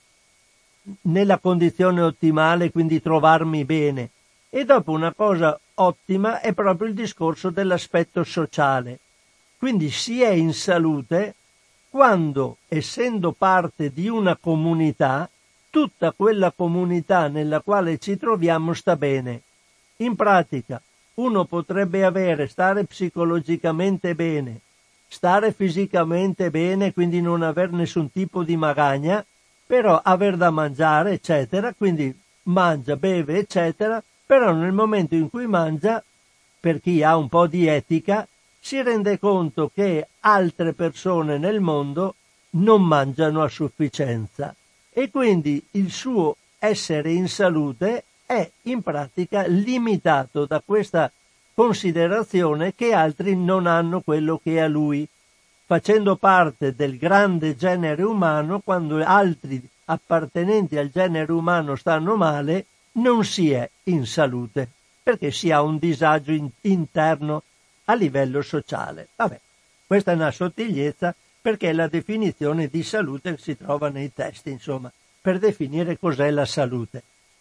nella condizione ottimale, quindi trovarmi bene. E dopo una cosa ottima è proprio il discorso dell'aspetto sociale. Quindi si è in salute quando, essendo parte di una comunità, tutta quella comunità nella quale ci troviamo sta bene. In pratica, uno potrebbe avere, stare psicologicamente bene, stare fisicamente bene, quindi non aver nessun tipo di magagna, però aver da mangiare, eccetera, quindi mangia, beve, eccetera, però nel momento in cui mangia, per chi ha un po' di etica, si rende conto che altre persone nel mondo non mangiano a sufficienza e quindi il suo essere in salute è in pratica limitato da questa considerazione che altri non hanno quello che ha lui, facendo parte del grande genere umano. Quando altri appartenenti al genere umano stanno male, non si è in salute, perché si ha un disagio in- interno a livello sociale. Vabbè, questa è una sottigliezza perché la definizione di salute si trova nei testi, insomma, per definire cos'è la salute.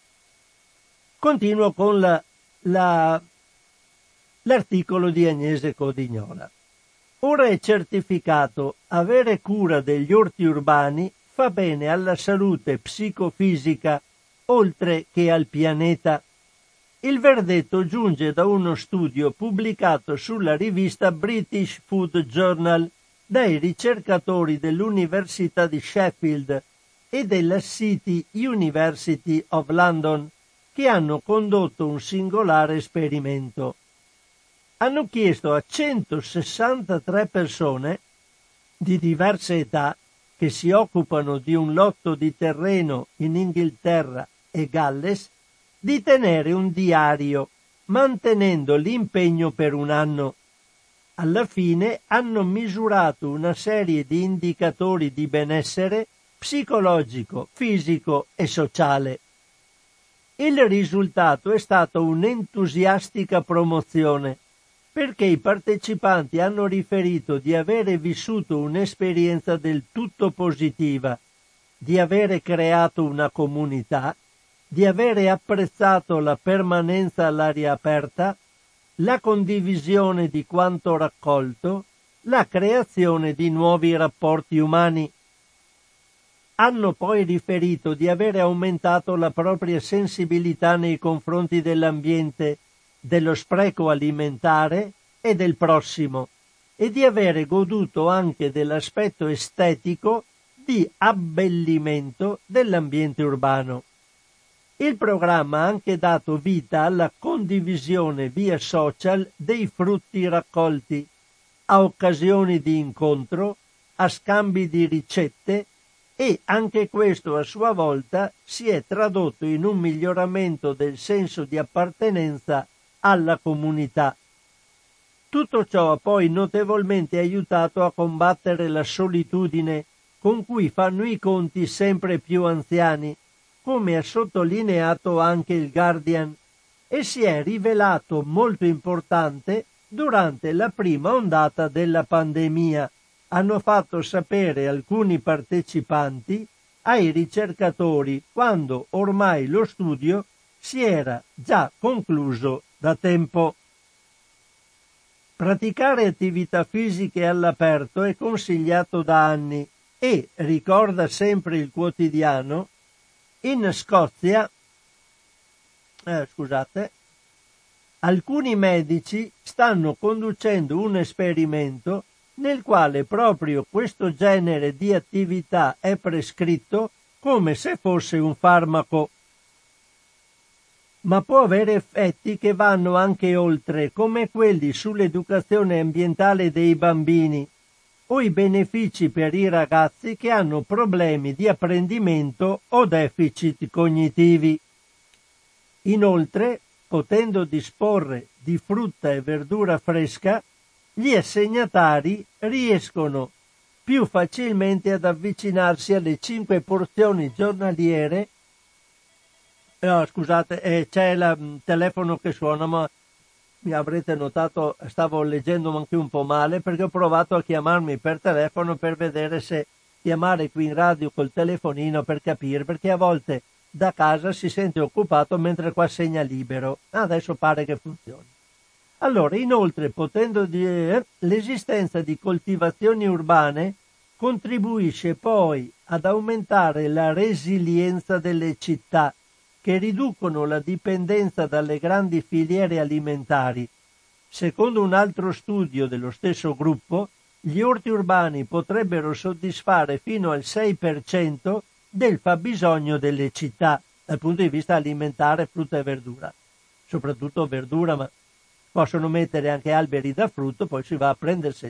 Continuo con la, la, l'articolo di Agnese Codignola. Ora è certificato avere cura degli orti urbani fa bene alla salute psicofisica oltre che al pianeta. Il verdetto giunge da uno studio pubblicato sulla rivista British Food Journal dai ricercatori dell'Università di Sheffield e della City University of London, che hanno condotto un singolare esperimento. Hanno chiesto a centosessantatré persone di diverse età che si occupano di un lotto di terreno in Inghilterra e Galles di tenere un diario, mantenendo l'impegno per un anno. Alla fine hanno misurato una serie di indicatori di benessere psicologico, fisico e sociale. Il risultato è stato un'entusiastica promozione, perché i partecipanti hanno riferito di avere vissuto un'esperienza del tutto positiva, di avere creato una comunità, di avere apprezzato la permanenza all'aria aperta, la condivisione di quanto raccolto, la creazione di nuovi rapporti umani. Hanno poi riferito di avere aumentato la propria sensibilità nei confronti dell'ambiente, dello spreco alimentare e del prossimo, e di avere goduto anche dell'aspetto estetico di abbellimento dell'ambiente urbano. Il programma ha anche dato vita alla condivisione via social dei frutti raccolti, a occasioni di incontro, a scambi di ricette, e anche questo a sua volta si è tradotto in un miglioramento del senso di appartenenza alla comunità. Tutto ciò ha poi notevolmente aiutato a combattere la solitudine con cui fanno i conti sempre più anziani, come ha sottolineato anche il Guardian, e si è rivelato molto importante durante la prima ondata della pandemia, hanno fatto sapere alcuni partecipanti ai ricercatori quando ormai lo studio si era già concluso da tempo. Praticare attività fisiche all'aperto è consigliato da anni e, ricorda sempre il quotidiano, in Scozia, eh, scusate, alcuni medici stanno conducendo un esperimento nel quale proprio questo genere di attività è prescritto come se fosse un farmaco. Ma può avere effetti che vanno anche oltre, come quelli sull'educazione ambientale dei bambini o i benefici per i ragazzi che hanno problemi di apprendimento o deficit cognitivi. Inoltre, potendo disporre di frutta e verdura fresca, gli assegnatari riescono più facilmente ad avvicinarsi alle cinque porzioni giornaliere. No, scusate, eh, c'è il telefono che suona, ma mi avrete notato, stavo leggendo anche un po' male perché ho provato a chiamarmi per telefono per vedere se chiamare qui in radio col telefonino per capire, perché a volte da casa si sente occupato mentre qua segna libero. Adesso pare che funzioni. Allora, inoltre, potendo dire, l'esistenza di coltivazioni urbane contribuisce poi ad aumentare la resilienza delle città, che riducono la dipendenza dalle grandi filiere alimentari. Secondo un altro studio dello stesso gruppo, gli orti urbani potrebbero soddisfare fino al sei per cento del fabbisogno delle città, dal punto di vista alimentare, frutta e verdura. Soprattutto verdura, ma possono mettere anche alberi da frutto, poi si va a prenderseli.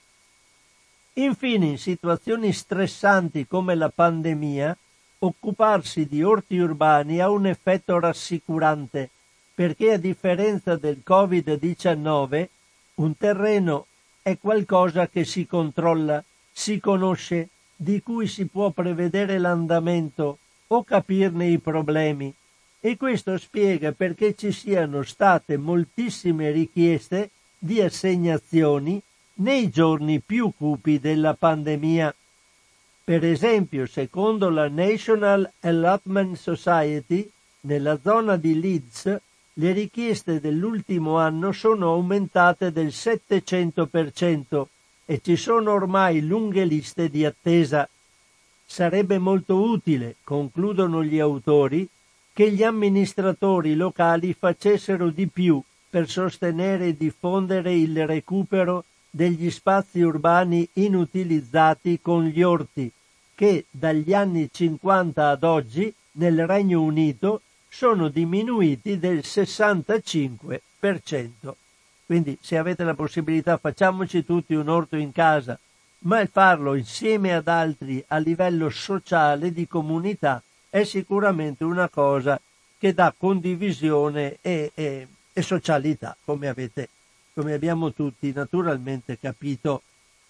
Infine, in situazioni stressanti come la pandemia, occuparsi di orti urbani ha un effetto rassicurante, perché a differenza del covid diciannove, un terreno è qualcosa che si controlla, si conosce, di cui si può prevedere l'andamento o capirne i problemi. E questo spiega perché ci siano state moltissime richieste di assegnazioni nei giorni più cupi della pandemia. Per esempio, secondo la National Allotment Society, nella zona di Leeds le richieste dell'ultimo anno sono aumentate del settecento per cento e ci sono ormai lunghe liste di attesa. Sarebbe molto utile, concludono gli autori, che gli amministratori locali facessero di più per sostenere e diffondere il recupero degli spazi urbani inutilizzati con gli orti, che dagli anni cinquanta ad oggi nel Regno Unito sono diminuiti del sessantacinque per cento. Quindi, se avete la possibilità, facciamoci tutti un orto in casa, ma il farlo insieme ad altri a livello sociale di comunità è sicuramente una cosa che dà condivisione e, e, e socialità, come avete, come abbiamo tutti naturalmente capito.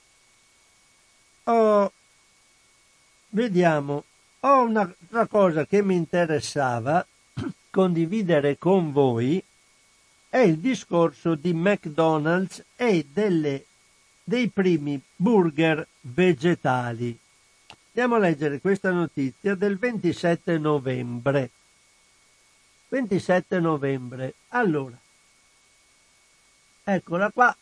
Oh, vediamo, ho un'altra cosa che mi interessava condividere con voi, è il discorso di McDonald's e delle, dei primi burger vegetali. Andiamo a leggere questa notizia del ventisette novembre. ventisette novembre. Allora, eccola qua.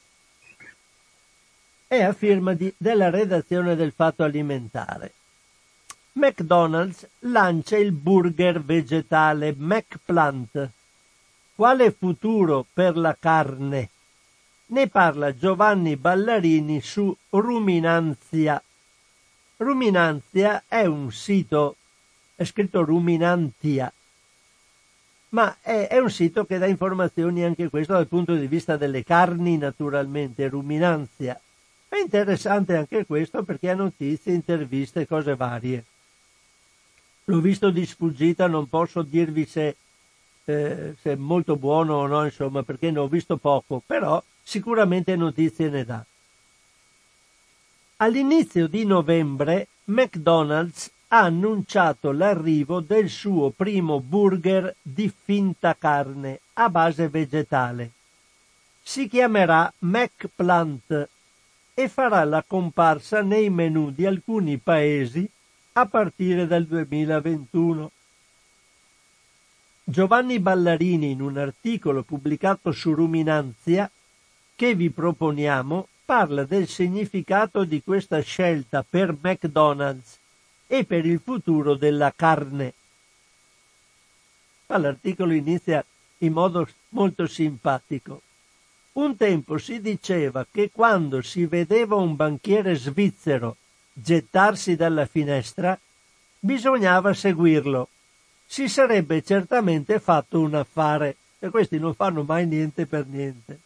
È a firma di, della redazione del Fatto Alimentare. McDonald's lancia il burger vegetale McPlant. Quale futuro per la carne? Ne parla Giovanni Ballarini su Ruminanzia. Ruminanzia è un sito, è scritto Ruminantia, ma è, è un sito che dà informazioni anche questo dal punto di vista delle carni, naturalmente. Ruminanzia. È interessante anche questo perché ha notizie, interviste, cose varie. L'ho visto di sfuggita, non posso dirvi se, eh, se è molto buono o no, insomma, perché ne ho visto poco, però sicuramente notizie ne dà. All'inizio di novembre McDonald's ha annunciato l'arrivo del suo primo burger di finta carne a base vegetale. Si chiamerà McPlant e farà la comparsa nei menù di alcuni paesi a partire dal duemilaventuno. Giovanni Ballarini, in un articolo pubblicato su Ruminanzia, che vi proponiamo, parla del significato di questa scelta per McDonald's e per il futuro della carne. L'articolo inizia in modo molto simpatico. Un tempo si diceva che quando si vedeva un banchiere svizzero gettarsi dalla finestra, bisognava seguirlo. Si sarebbe certamente fatto un affare, e questi non fanno mai niente per niente.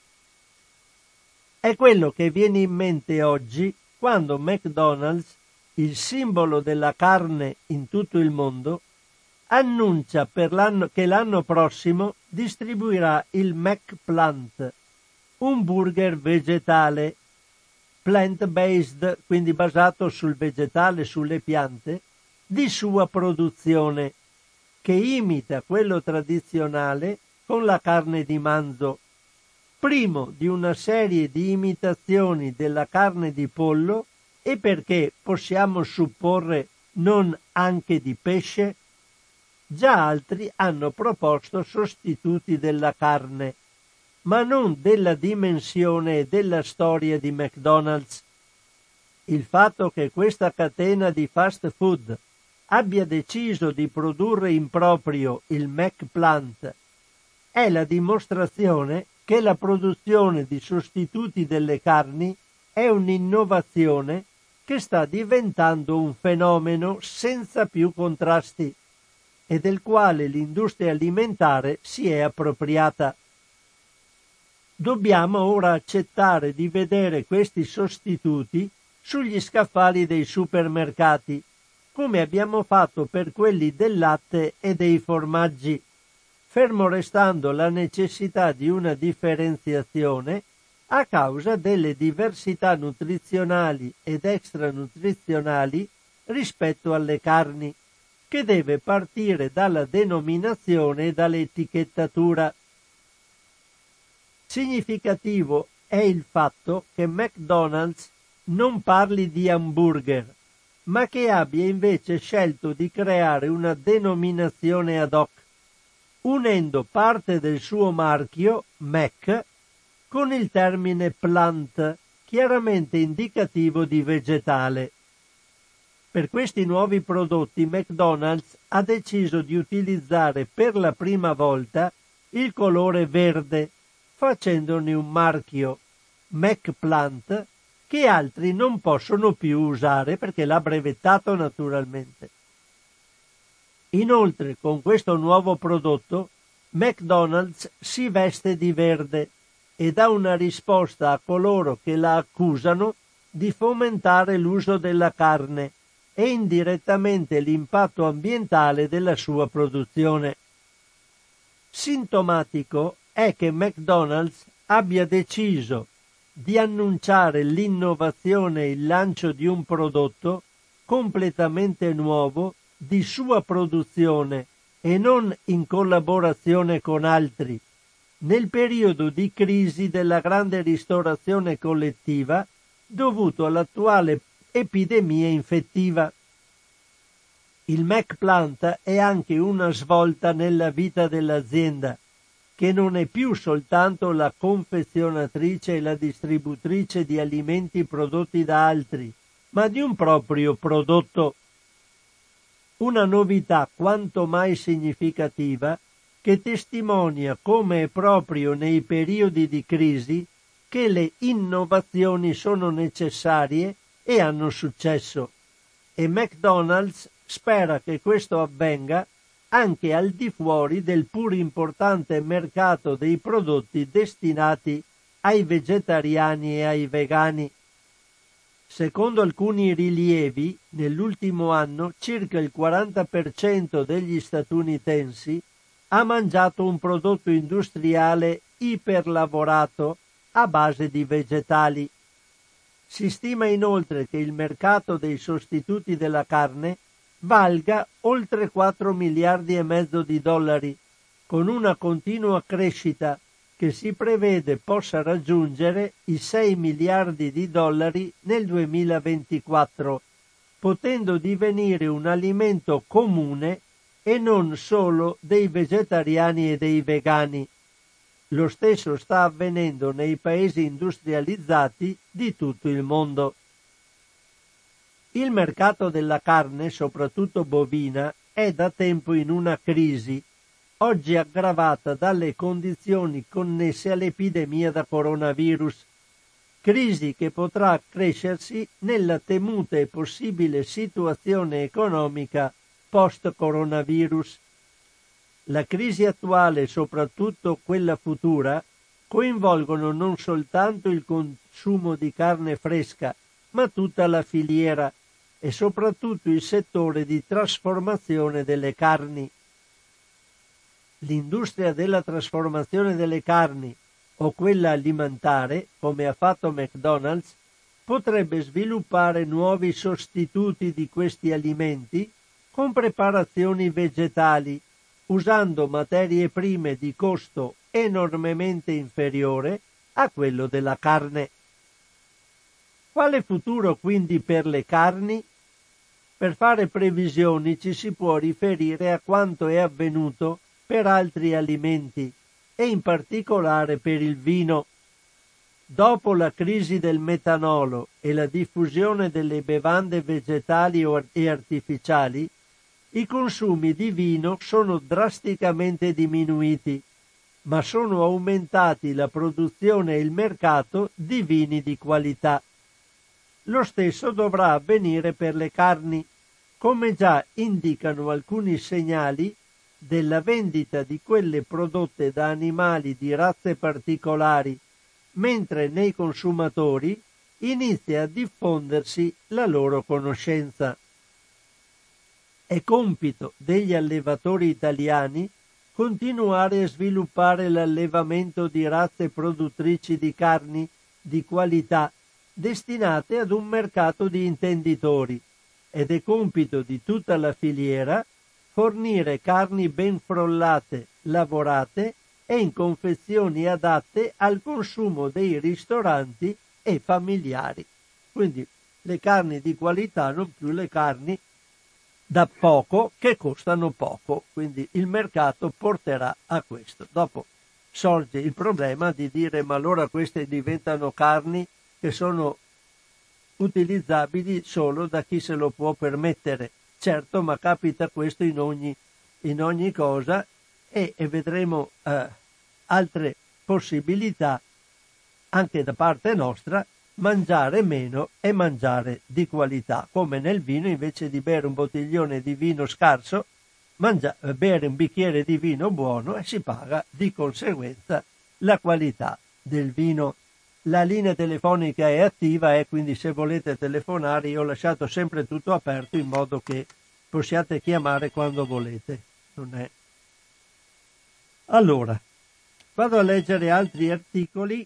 È quello che viene in mente oggi quando McDonald's, il simbolo della carne in tutto il mondo, annuncia per l'anno, che l'anno prossimo distribuirà il McPlant, un burger vegetale, plant-based, quindi basato sul vegetale, sulle piante, di sua produzione, che imita quello tradizionale con la carne di manzo, primo di una serie di imitazioni della carne di pollo e, perché possiamo supporre, non anche di pesce. Già altri hanno proposto sostituti della carne, ma non della dimensione e della storia di McDonald's. Il fatto che questa catena di fast food abbia deciso di produrre in proprio il McPlant è la dimostrazione che la produzione di sostituti delle carni è un'innovazione che sta diventando un fenomeno senza più contrasti e del quale l'industria alimentare si è appropriata. Dobbiamo ora accettare di vedere questi sostituti sugli scaffali dei supermercati, come abbiamo fatto per quelli del latte e dei formaggi, fermo restando la necessità di una differenziazione a causa delle diversità nutrizionali ed extranutrizionali rispetto alle carni, che deve partire dalla denominazione e dall'etichettatura. Significativo è il fatto che McDonald's non parli di hamburger, ma che abbia invece scelto di creare una denominazione ad hoc, unendo parte del suo marchio, Mac, con il termine plant, chiaramente indicativo di vegetale. Per questi nuovi prodotti McDonald's ha deciso di utilizzare per la prima volta il colore verde, facendone un marchio, McPlant, che altri non possono più usare perché l'ha brevettato naturalmente. Inoltre, con questo nuovo prodotto, McDonald's si veste di verde e dà una risposta a coloro che la accusano di fomentare l'uso della carne e indirettamente l'impatto ambientale della sua produzione. Sintomatico è che McDonald's abbia deciso di annunciare l'innovazione e il lancio di un prodotto completamente nuovo di sua produzione e non in collaborazione con altri, nel periodo di crisi della grande ristorazione collettiva dovuto all'attuale epidemia infettiva. Il McPlant è anche una svolta nella vita dell'azienda, che non è più soltanto la confezionatrice e la distributrice di alimenti prodotti da altri, ma di un proprio prodotto. Una novità quanto mai significativa che testimonia come è proprio nei periodi di crisi che le innovazioni sono necessarie e hanno successo, e McDonald's spera che questo avvenga anche al di fuori del pur importante mercato dei prodotti destinati ai vegetariani e ai vegani. Secondo alcuni rilievi, nell'ultimo anno circa il quaranta per cento degli statunitensi ha mangiato un prodotto industriale iperlavorato a base di vegetali. Si stima inoltre che il mercato dei sostituti della carne valga oltre quattro miliardi e mezzo di dollari, con una continua crescita che si prevede possa raggiungere i sei miliardi di dollari nel duemilaventiquattro, potendo divenire un alimento comune e non solo dei vegetariani e dei vegani. Lo stesso sta avvenendo nei paesi industrializzati di tutto il mondo. Il mercato della carne, soprattutto bovina, è da tempo in una crisi, oggi aggravata dalle condizioni connesse all'epidemia da coronavirus, crisi che potrà accrescersi nella temuta e possibile situazione economica post-coronavirus. La crisi attuale e soprattutto quella futura coinvolgono non soltanto il consumo di carne fresca, ma tutta la filiera e soprattutto il settore di trasformazione delle carni. L'industria della trasformazione delle carni o quella alimentare, come ha fatto McDonald's, potrebbe sviluppare nuovi sostituti di questi alimenti con preparazioni vegetali, usando materie prime di costo enormemente inferiore a quello della carne. Quale futuro quindi per le carni? Per fare previsioni ci si può riferire a quanto è avvenuto per altri alimenti e in particolare per il vino. Dopo la crisi del metanolo e la diffusione delle bevande vegetali e artificiali, i consumi di vino sono drasticamente diminuiti, ma sono aumentati la produzione e il mercato di vini di qualità. Lo stesso dovrà avvenire per le carni, come già indicano alcuni segnali della vendita di quelle prodotte da animali di razze particolari, mentre nei consumatori inizia a diffondersi la loro conoscenza. È compito degli allevatori italiani continuare a sviluppare l'allevamento di razze produttrici di carni di qualità destinate ad un mercato di intenditori, ed è compito di tutta la filiera fornire carni ben frollate, lavorate e in confezioni adatte al consumo dei ristoranti e familiari. Quindi le carni di qualità, non più le carni da poco che costano poco, quindi il mercato porterà a questo. Dopo sorge il problema di dire: ma allora queste diventano carni che sono utilizzabili solo da chi se lo può permettere. Certo, ma capita questo in ogni, in ogni cosa e, e vedremo eh, altre possibilità anche da parte nostra, mangiare meno e mangiare di qualità, come nel vino. Invece di bere un bottiglione di vino scarso, mangia, bere un bicchiere di vino buono e si paga di conseguenza la qualità del vino. La linea telefonica è attiva e quindi se volete telefonare io ho lasciato sempre tutto aperto in modo che possiate chiamare quando volete. Non è... Allora, vado a leggere altri articoli.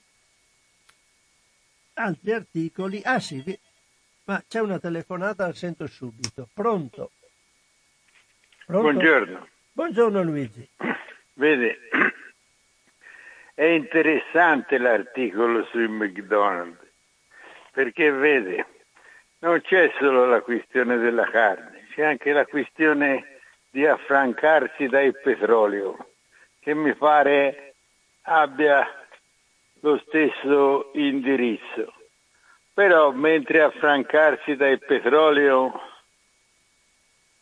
Altri articoli. Ah sì, ma c'è una telefonata, la sento subito. Pronto? Pronto? Buongiorno. Buongiorno Luigi. Vede, è interessante l'articolo sui McDonald's, perché vede, non c'è solo la questione della carne, c'è anche la questione di affrancarsi dal petrolio, che mi pare abbia lo stesso indirizzo. Però mentre affrancarsi dal petrolio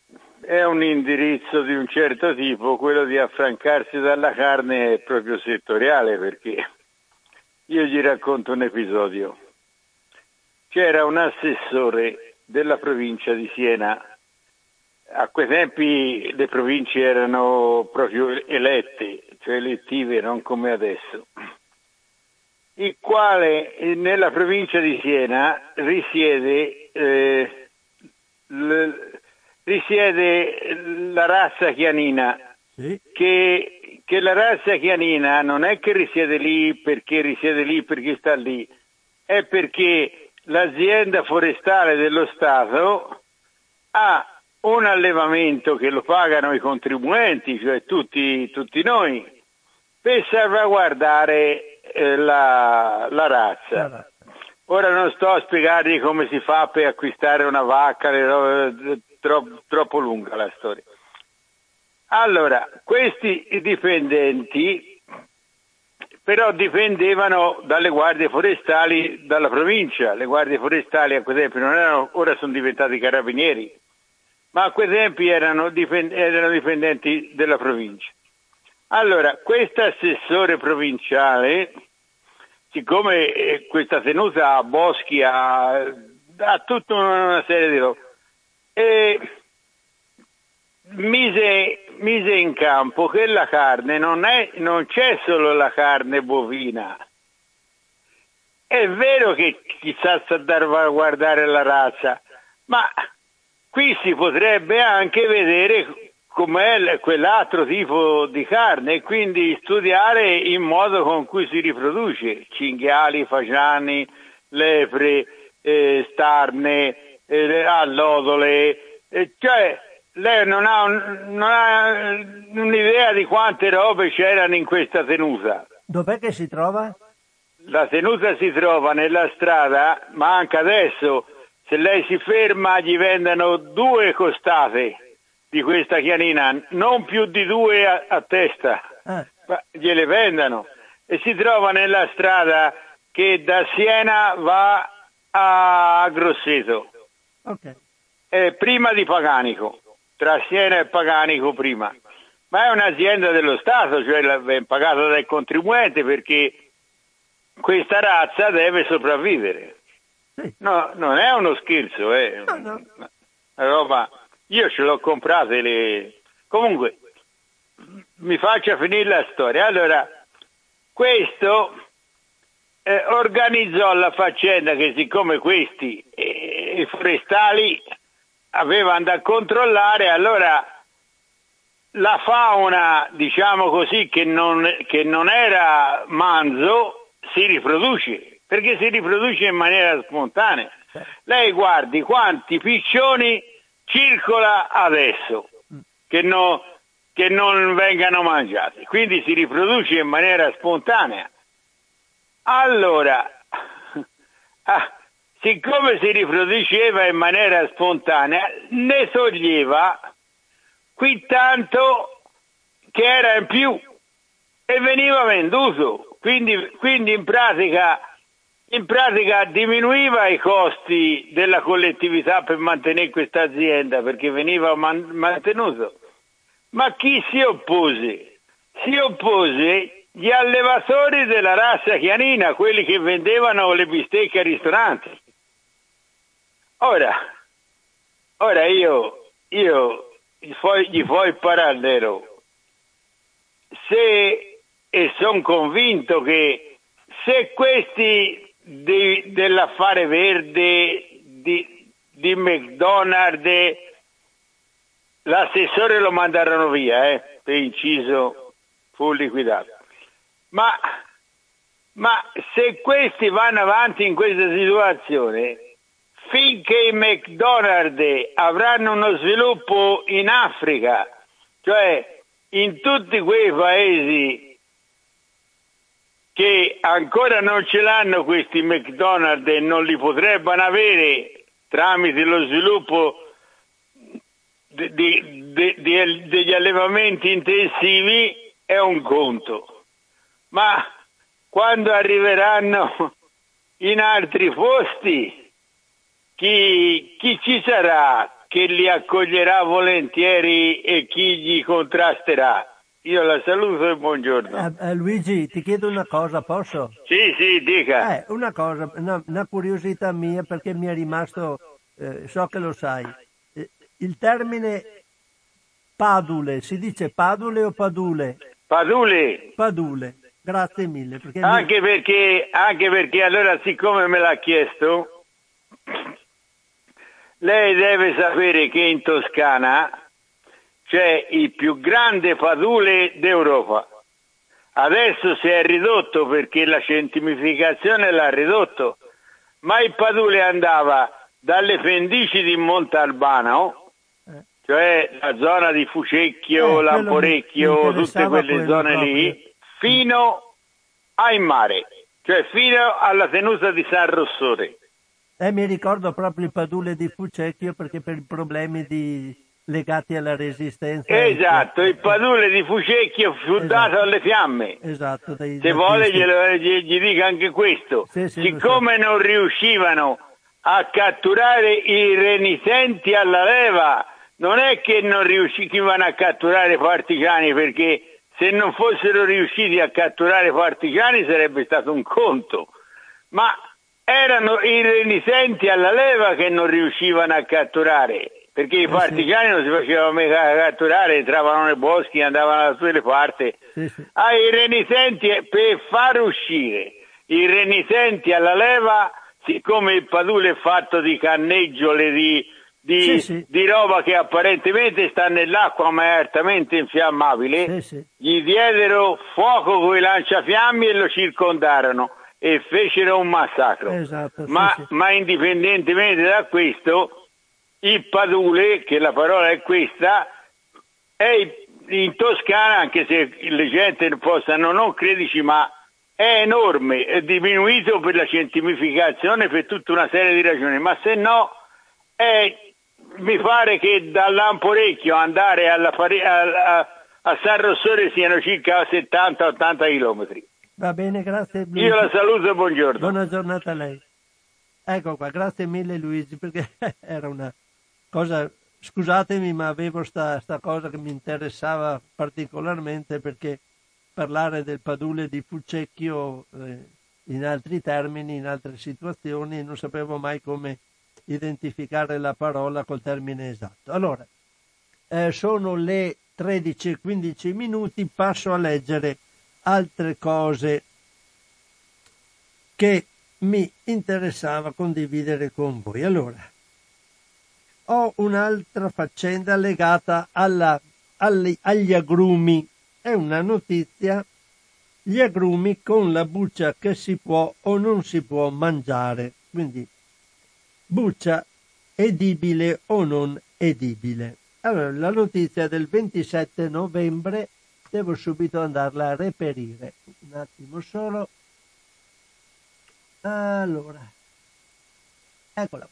è un indirizzo di un certo tipo, quello di affrancarsi dalla carne è proprio settoriale, perché io gli racconto un episodio. C'era un assessore della provincia di Siena, a quei tempi le province erano proprio elette, cioè elettive, non come adesso, il quale nella provincia di Siena risiede, eh, l, risiede la razza chianina, sì. che, che la razza chianina non è che risiede lì perché risiede lì perché sta lì, è perché l'azienda forestale dello Stato ha un allevamento che lo pagano i contribuenti, cioè tutti, tutti noi, per salvaguardare eh, la, la razza. Ora non sto a spiegarvi come si fa per acquistare una vacca, le, troppo, troppo lunga la storia. Allora, questi dipendenti però dipendevano dalle guardie forestali dalla provincia. Le guardie forestali a quei tempi non erano, ora sono diventati carabinieri, ma a quei tempi erano, dipend- erano dipendenti della provincia. Allora, questo assessore provinciale, siccome eh, questa tenuta a boschi, ha, ha tutta una serie di robe, e mise, mise in campo che la carne non, è, non c'è solo la carne bovina. È vero che chissà sta a guardare la razza, ma qui si potrebbe anche vedere com'è quell'altro tipo di carne e quindi studiare il modo con cui si riproduce, cinghiali, fagiani, lepre, eh, starne, eh, allodole, eh, cioè lei non ha, un, non ha un'idea di quante robe c'erano in questa tenuta. Dov'è che si trova? La tenuta si trova nella strada, ma anche adesso, se lei si ferma, gli vendono due costate di questa chianina, non più di due a, a testa, ah. ma gliele vendono. E si trova nella strada che da Siena va a Grosseto, okay. È prima di Paganico, tra Siena e Paganico prima. Ma è un'azienda dello Stato, cioè è pagata dal contribuente, perché questa razza deve sopravvivere. Sì. No, non è uno scherzo, è no, no. una roba. Io ce l'ho comprate le. Comunque, mi faccia finire la storia. Allora, questo eh, organizzò la faccenda che siccome questi eh, i forestali avevano da controllare, allora la fauna, diciamo così, che non, che non era manzo, si riproduce, perché si riproduce in maniera spontanea. Lei guardi quanti piccioni circola adesso, che, no, che non vengano mangiati, quindi si riproduce in maniera spontanea. Allora, ah, siccome si riproduceva in maniera spontanea, ne toglieva qui tanto che era in più e veniva venduto, quindi, quindi in pratica in pratica diminuiva i costi della collettività per mantenere questa azienda, perché veniva man- mantenuto. Ma chi si oppose? Si oppose gli allevatori della razza chianina, quelli che vendevano le bistecche ai ristoranti. Ora, ora io, io gli fo il parallelo. Se, e sono convinto che se questi di, dell'affare verde di, di McDonald's, l'assessore lo mandarono via, eh, per inciso fu liquidato. Ma, ma se questi vanno avanti in questa situazione, finché i McDonald's avranno uno sviluppo in Africa, cioè in tutti quei paesi che ancora non ce l'hanno questi McDonald's e non li potrebbero avere tramite lo sviluppo di, di, di, di, degli allevamenti intensivi, è un conto. Ma quando arriveranno in altri posti, chi, chi ci sarà che che li accoglierà volentieri e chi gli contrasterà. Io la saluto e buongiorno. Eh, eh, Luigi, ti chiedo una cosa, posso? Sì, sì, dica. Eh, una cosa, una, una curiosità mia, perché mi è rimasto, eh, so che lo sai, eh, il termine padule, si dice padule o padule? Padule. Padule, grazie mille. Perché anche, mi... perché, anche perché allora, siccome me l'ha chiesto, lei deve sapere che in Toscana c'è il più grande padule d'Europa. Adesso si è ridotto perché la cementificazione l'ha ridotto, ma il padule andava dalle pendici di Montalbano, eh. cioè la zona di Fucecchio, eh, Lamporecchio, mi, mi tutte quelle zone proprio. Lì, fino ai mare, cioè fino alla tenuta di San Rossore. Eh, mi ricordo proprio il padule di Fucecchio perché per i problemi di... legati alla resistenza. Esatto, il padule di Fucecchio fu esatto. dato alle fiamme. Esatto. Dai, Se vuole glielo, gli, gli dica anche questo. Sì, sì, Siccome non riuscivano a catturare i renitenti alla leva, non è che non riuscivano a catturare i partigiani, perché se non fossero riusciti a catturare i partigiani sarebbe stato un conto. Ma erano i renitenti alla leva che non riuscivano a catturare. Perché i eh partigiani sì. non si facevano mica catturare, entravano nei boschi, andavano da tutte le parti. Sì, sì. Ah, i renitenti, per far uscire i renitenti alla leva, siccome il padule è fatto di canneggiole, di, di, sì, sì. di roba che apparentemente sta nell'acqua ma è altamente infiammabile, sì, sì. gli diedero fuoco con i lanciafiamme e lo circondarono e fecero un massacro. Esatto, ma, sì, sì. ma indipendentemente da questo, il padule, che la parola è questa, è in Toscana, anche se le gente possano non crederci, ma è enorme, è diminuito per la cementificazione per tutta una serie di ragioni, ma se no è, mi pare che da Lamporecchio andare alla, a, a, a San Rossore siano circa settanta ottanta chilometri. Va bene, grazie Luigi. Io la saluto e buongiorno. Buona giornata a lei. Ecco qua, grazie mille Luigi, perché era una cosa, scusatemi, ma avevo sta, sta cosa che mi interessava particolarmente, perché parlare del padule di Fucecchio eh, in altri termini, in altre situazioni, non sapevo mai come identificare la parola col termine esatto. Allora, eh, sono le tredici e quindici minuti, passo a leggere altre cose che mi interessava condividere con voi. Allora, ho un'altra faccenda legata alla, agli, agli agrumi. È una notizia, gli agrumi con la buccia che si può o non si può mangiare. Quindi, buccia edibile o non edibile. Allora, la notizia del ventisette novembre, devo subito andarla a reperire. Un attimo solo. Allora, eccola.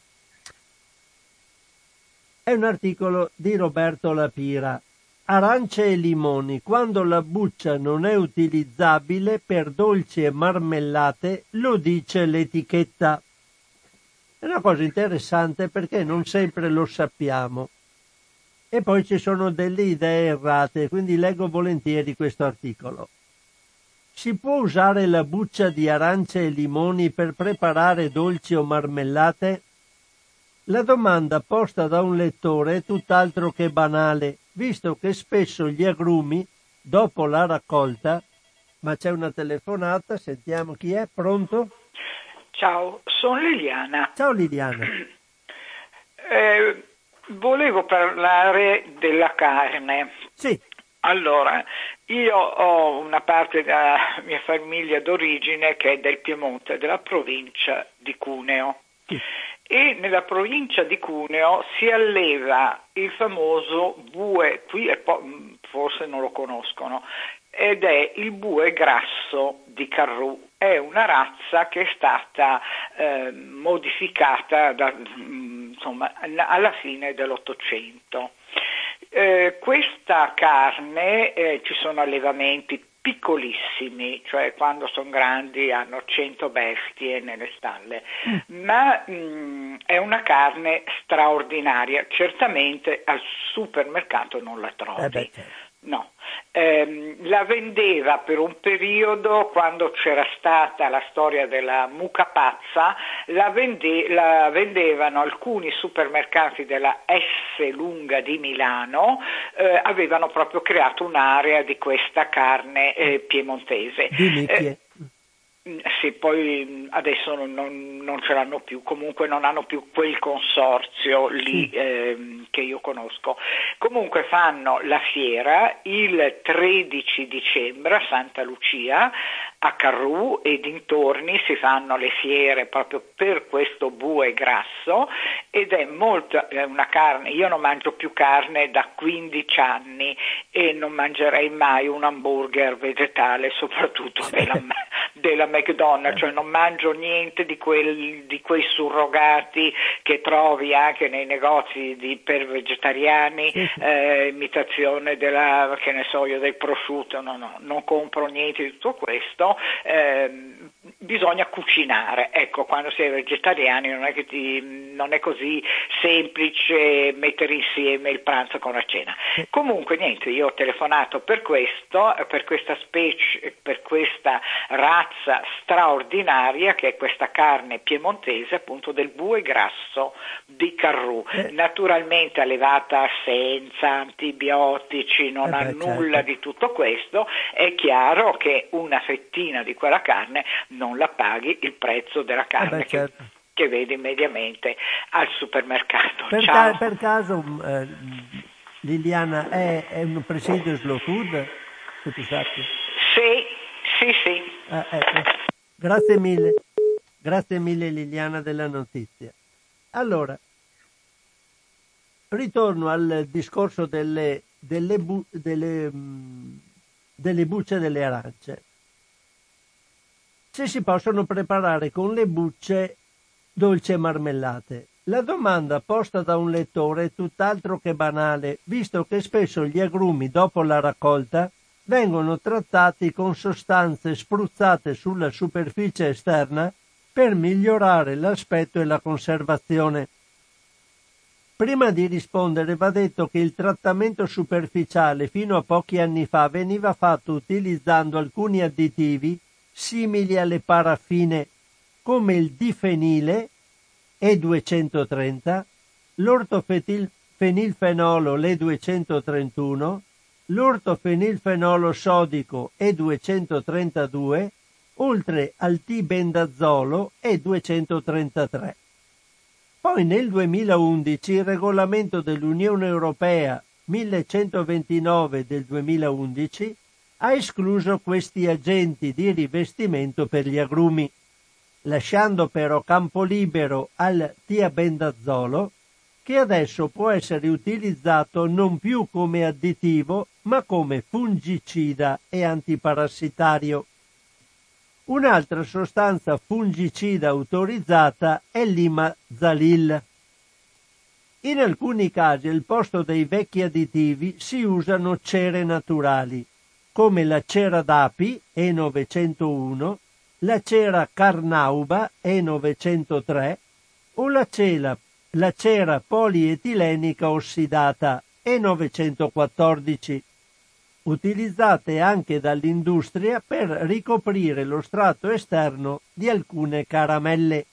È un articolo di Roberto Lapira. Arance e limoni, quando la buccia non è utilizzabile per dolci e marmellate, lo dice l'etichetta. È una cosa interessante perché non sempre lo sappiamo. E poi ci sono delle idee errate, quindi leggo volentieri questo articolo. Si può usare la buccia di arance e limoni per preparare dolci o marmellate? La domanda posta da un lettore è tutt'altro che banale, visto che spesso gli agrumi, dopo la raccolta... Ma c'è una telefonata, sentiamo chi è, pronto? Ciao, sono Liliana. Ciao Liliana. Eh, volevo parlare della carne. Sì. Allora, io ho una parte della mia famiglia d'origine che è del Piemonte, della provincia di Cuneo. Sì. E nella provincia di Cuneo si alleva il famoso bue, qui è po- forse non lo conoscono, ed è il bue grasso di Carrù. È una razza che è stata eh, modificata da, insomma, alla fine dell'Ottocento. Eh, questa carne, eh, ci sono allevamenti piccolissimi, cioè quando sono grandi hanno cento bestie nelle stalle, ma mh, è una carne straordinaria, certamente al supermercato non la trovi. Eh beh, certo. No, eh, la vendeva per un periodo, quando c'era stata la storia della mucca pazza, la, vende, la vendevano alcuni supermercati della S lunga di Milano, eh, avevano proprio creato un'area di questa carne eh, piemontese. Di nicchie. Sì, poi adesso non, non ce l'hanno più, comunque non hanno più quel consorzio lì sì. ehm, che io conosco. Comunque fanno la fiera il tredici dicembre a Santa Lucia, a Carrù e dintorni si fanno le fiere proprio per questo bue grasso, ed è molto, è una carne, io non mangio più carne da quindici anni e non mangerei mai un hamburger vegetale, soprattutto della, della McDonald's, cioè non mangio niente di, quel, di quei surrogati che trovi anche nei negozi di, per vegetariani, eh, imitazione della, che ne so io, del prosciutto, no, no, non compro niente di tutto questo. Eh, bisogna cucinare, ecco, quando si è vegetariani non è che ti, non è così semplice mettere insieme il pranzo con la cena. Comunque niente, io ho telefonato per questo, per questa specie, per questa razza straordinaria che è questa carne piemontese, appunto del bue grasso di Carrù, eh. naturalmente allevata senza antibiotici, non eh ha beh, nulla certo. di tutto questo. È chiaro che una fettina di quella carne non la paghi il prezzo della carne eh beh, certo. che, che vedi mediamente al supermercato. Per, Ciao. ca- per caso eh, Liliana è, è un presidio slow food? Se tu sappia. Sì, sì, sì. Ah, ecco. Grazie mille, grazie mille Liliana della notizia. Allora, ritorno al discorso delle, delle, bu- delle, mh, delle bucce delle arance. Se si possono preparare con le bucce dolci e marmellate. La domanda posta da un lettore è tutt'altro che banale, visto che spesso gli agrumi dopo la raccolta vengono trattati con sostanze spruzzate sulla superficie esterna per migliorare l'aspetto e la conservazione. Prima di rispondere va detto che il trattamento superficiale fino a pochi anni fa veniva fatto utilizzando alcuni additivi simili alle paraffine, come il difenile E duecentotrenta, l'ortofenilfenolo l'E duecentotrentuno, l'ortofenilfenolo sodico E duecentotrentadue, oltre al tibendazolo E duecentotrentatré. Poi nel duemilaundici il regolamento dell'Unione Europea millecentoventinove del duemilaundici ha escluso questi agenti di rivestimento per gli agrumi, lasciando però campo libero al tiabendazolo, che adesso può essere utilizzato non più come additivo, ma come fungicida e antiparassitario. Un'altra sostanza fungicida autorizzata è l'imazalil. In alcuni casi al posto dei vecchi additivi si usano cere naturali, come la cera d'api E novecentouno, la cera carnauba E novecentotré o la cera, la cera polietilenica ossidata E novecentoquattordici, utilizzate anche dall'industria per ricoprire lo strato esterno di alcune caramelle.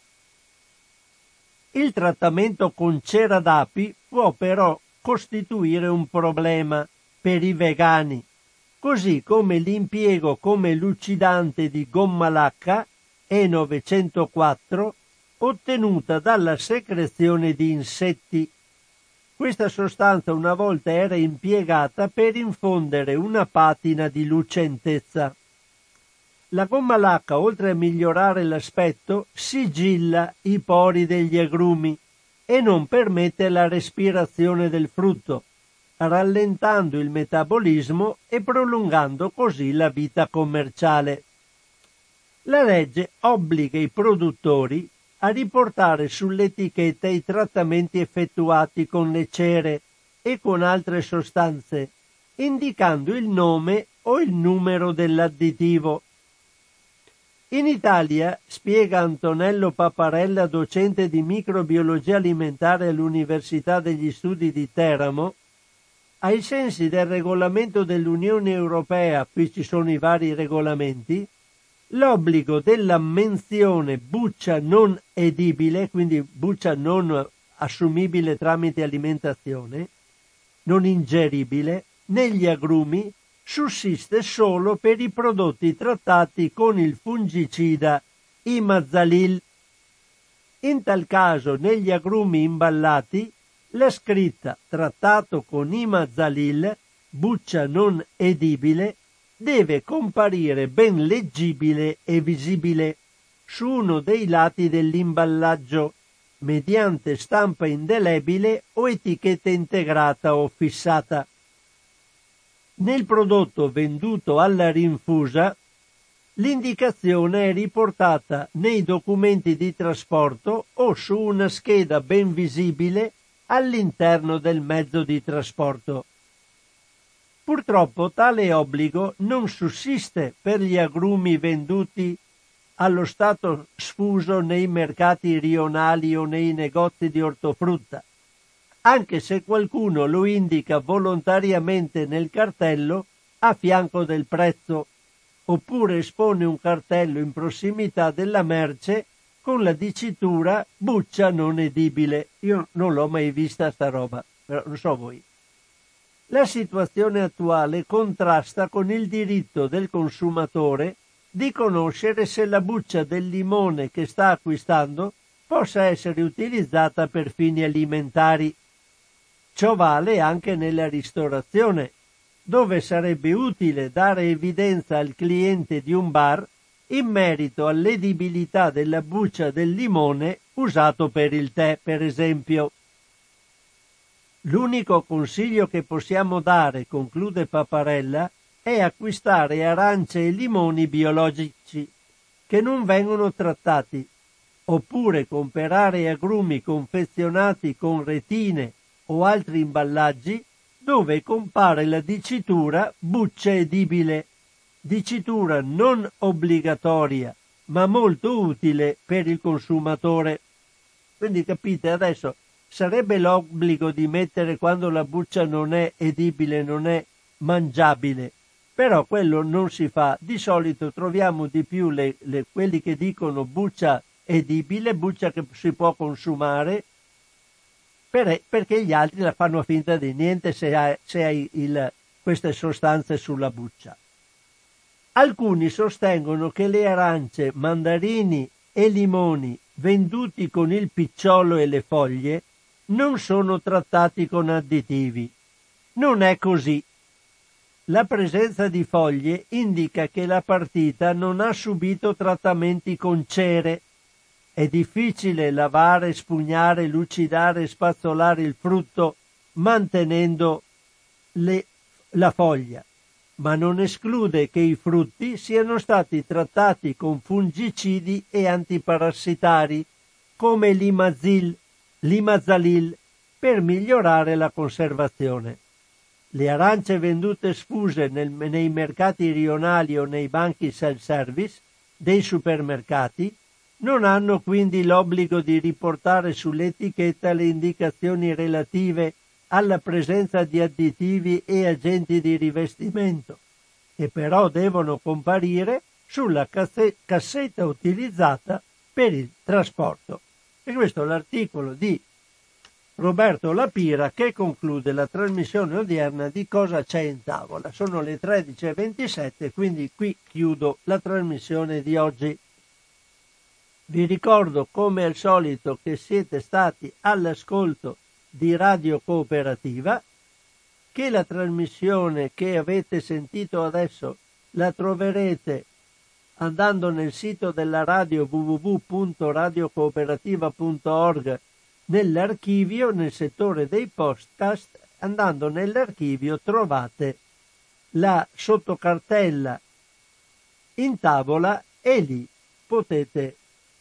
Il trattamento con cera d'api può però costituire un problema per i vegani, così come l'impiego come lucidante di gomma lacca E novecentoquattro ottenuta dalla secrezione di insetti. Questa sostanza una volta era impiegata per infondere una patina di lucentezza. La gomma lacca, oltre a migliorare l'aspetto, sigilla i pori degli agrumi e non permette la respirazione del frutto, rallentando il metabolismo e prolungando così la vita commerciale. La legge obbliga i produttori a riportare sull'etichetta i trattamenti effettuati con le cere e con altre sostanze, indicando il nome o il numero dell'additivo. In Italia, spiega Antonello Paparella, docente di microbiologia alimentare all'Università degli Studi di Teramo, ai sensi del regolamento dell'Unione Europea, qui ci sono i vari regolamenti, l'obbligo della menzione buccia non edibile, quindi buccia non assumibile tramite alimentazione, non ingeribile, negli agrumi sussiste solo per i prodotti trattati con il fungicida Imazalil. In tal caso, negli agrumi imballati, la scritta trattato con Imazalil, buccia non edibile, deve comparire ben leggibile e visibile su uno dei lati dell'imballaggio, mediante stampa indelebile o etichetta integrata o fissata. Nel prodotto venduto alla rinfusa, l'indicazione è riportata nei documenti di trasporto o su una scheda ben visibile all'interno del mezzo di trasporto. Purtroppo tale obbligo non sussiste per gli agrumi venduti allo stato sfuso nei mercati rionali o nei negozi di ortofrutta, anche se qualcuno lo indica volontariamente nel cartello a fianco del prezzo, oppure espone un cartello in prossimità della merce con la dicitura buccia non edibile. Io non l'ho mai vista sta roba, però non so voi. La situazione attuale contrasta con il diritto del consumatore di conoscere se la buccia del limone che sta acquistando possa essere utilizzata per fini alimentari. Ciò vale anche nella ristorazione, dove sarebbe utile dare evidenza al cliente di un bar in merito all'edibilità della buccia del limone usato per il tè, per esempio. L'unico consiglio che possiamo dare, conclude Paparella, è acquistare arance e limoni biologici che non vengono trattati, oppure comprare agrumi confezionati con retine o altri imballaggi dove compare la dicitura buccia edibile, dicitura non obbligatoria ma molto utile per il consumatore. Quindi capite, adesso sarebbe l'obbligo di mettere quando la buccia non è edibile, non è mangiabile, però quello non si fa. Di solito troviamo di più le, le, quelli che dicono buccia edibile, buccia che si può consumare, per, perché gli altri la fanno finta di niente se hai, se hai il, queste sostanze sulla buccia. Alcuni sostengono che le arance, mandarini e limoni venduti con il picciolo e le foglie non sono trattati con additivi. Non è così. La presenza di foglie indica che la partita non ha subito trattamenti con cere. È difficile lavare, spugnare, lucidare e spazzolare il frutto mantenendo le, la foglia, ma non esclude che i frutti siano stati trattati con fungicidi e antiparassitari come l'imazil, l'imazalil per migliorare la conservazione. Le arance vendute sfuse nel, nei mercati rionali o nei banchi self-service dei supermercati non hanno quindi l'obbligo di riportare sull'etichetta le indicazioni relative alla presenza di additivi e agenti di rivestimento, che però devono comparire sulla cassetta utilizzata per il trasporto. E questo è l'articolo di Roberto Lapira che conclude la trasmissione odierna di Cosa c'è in tavola. Sono le tredici e ventisette, quindi qui chiudo la trasmissione di oggi. Vi ricordo come al solito che siete stati all'ascolto di Radio Cooperativa, che la trasmissione che avete sentito adesso la troverete andando nel sito della radio w w w punto radio cooperativa punto org nell'archivio, nel settore dei podcast. Andando nell'archivio trovate la sottocartella in tavola e lì potete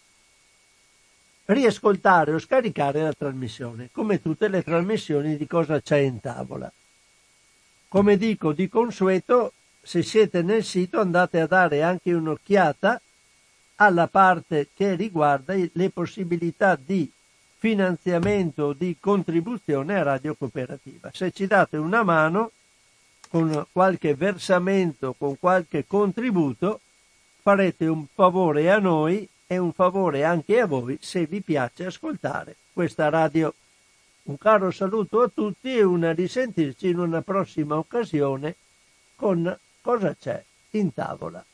riascoltare o scaricare la trasmissione, come tutte le trasmissioni di Cosa c'è in tavola. Come dico di consueto, se siete nel sito andate a dare anche un'occhiata alla parte che riguarda le possibilità di finanziamento o di contribuzione a Radio Cooperativa. Se ci date una mano con qualche versamento, con qualche contributo, farete un favore a noi e un favore anche a voi se vi piace ascoltare questa radio. Un caro saluto a tutti e una risentirci in una prossima occasione con Cosa c'è in tavola.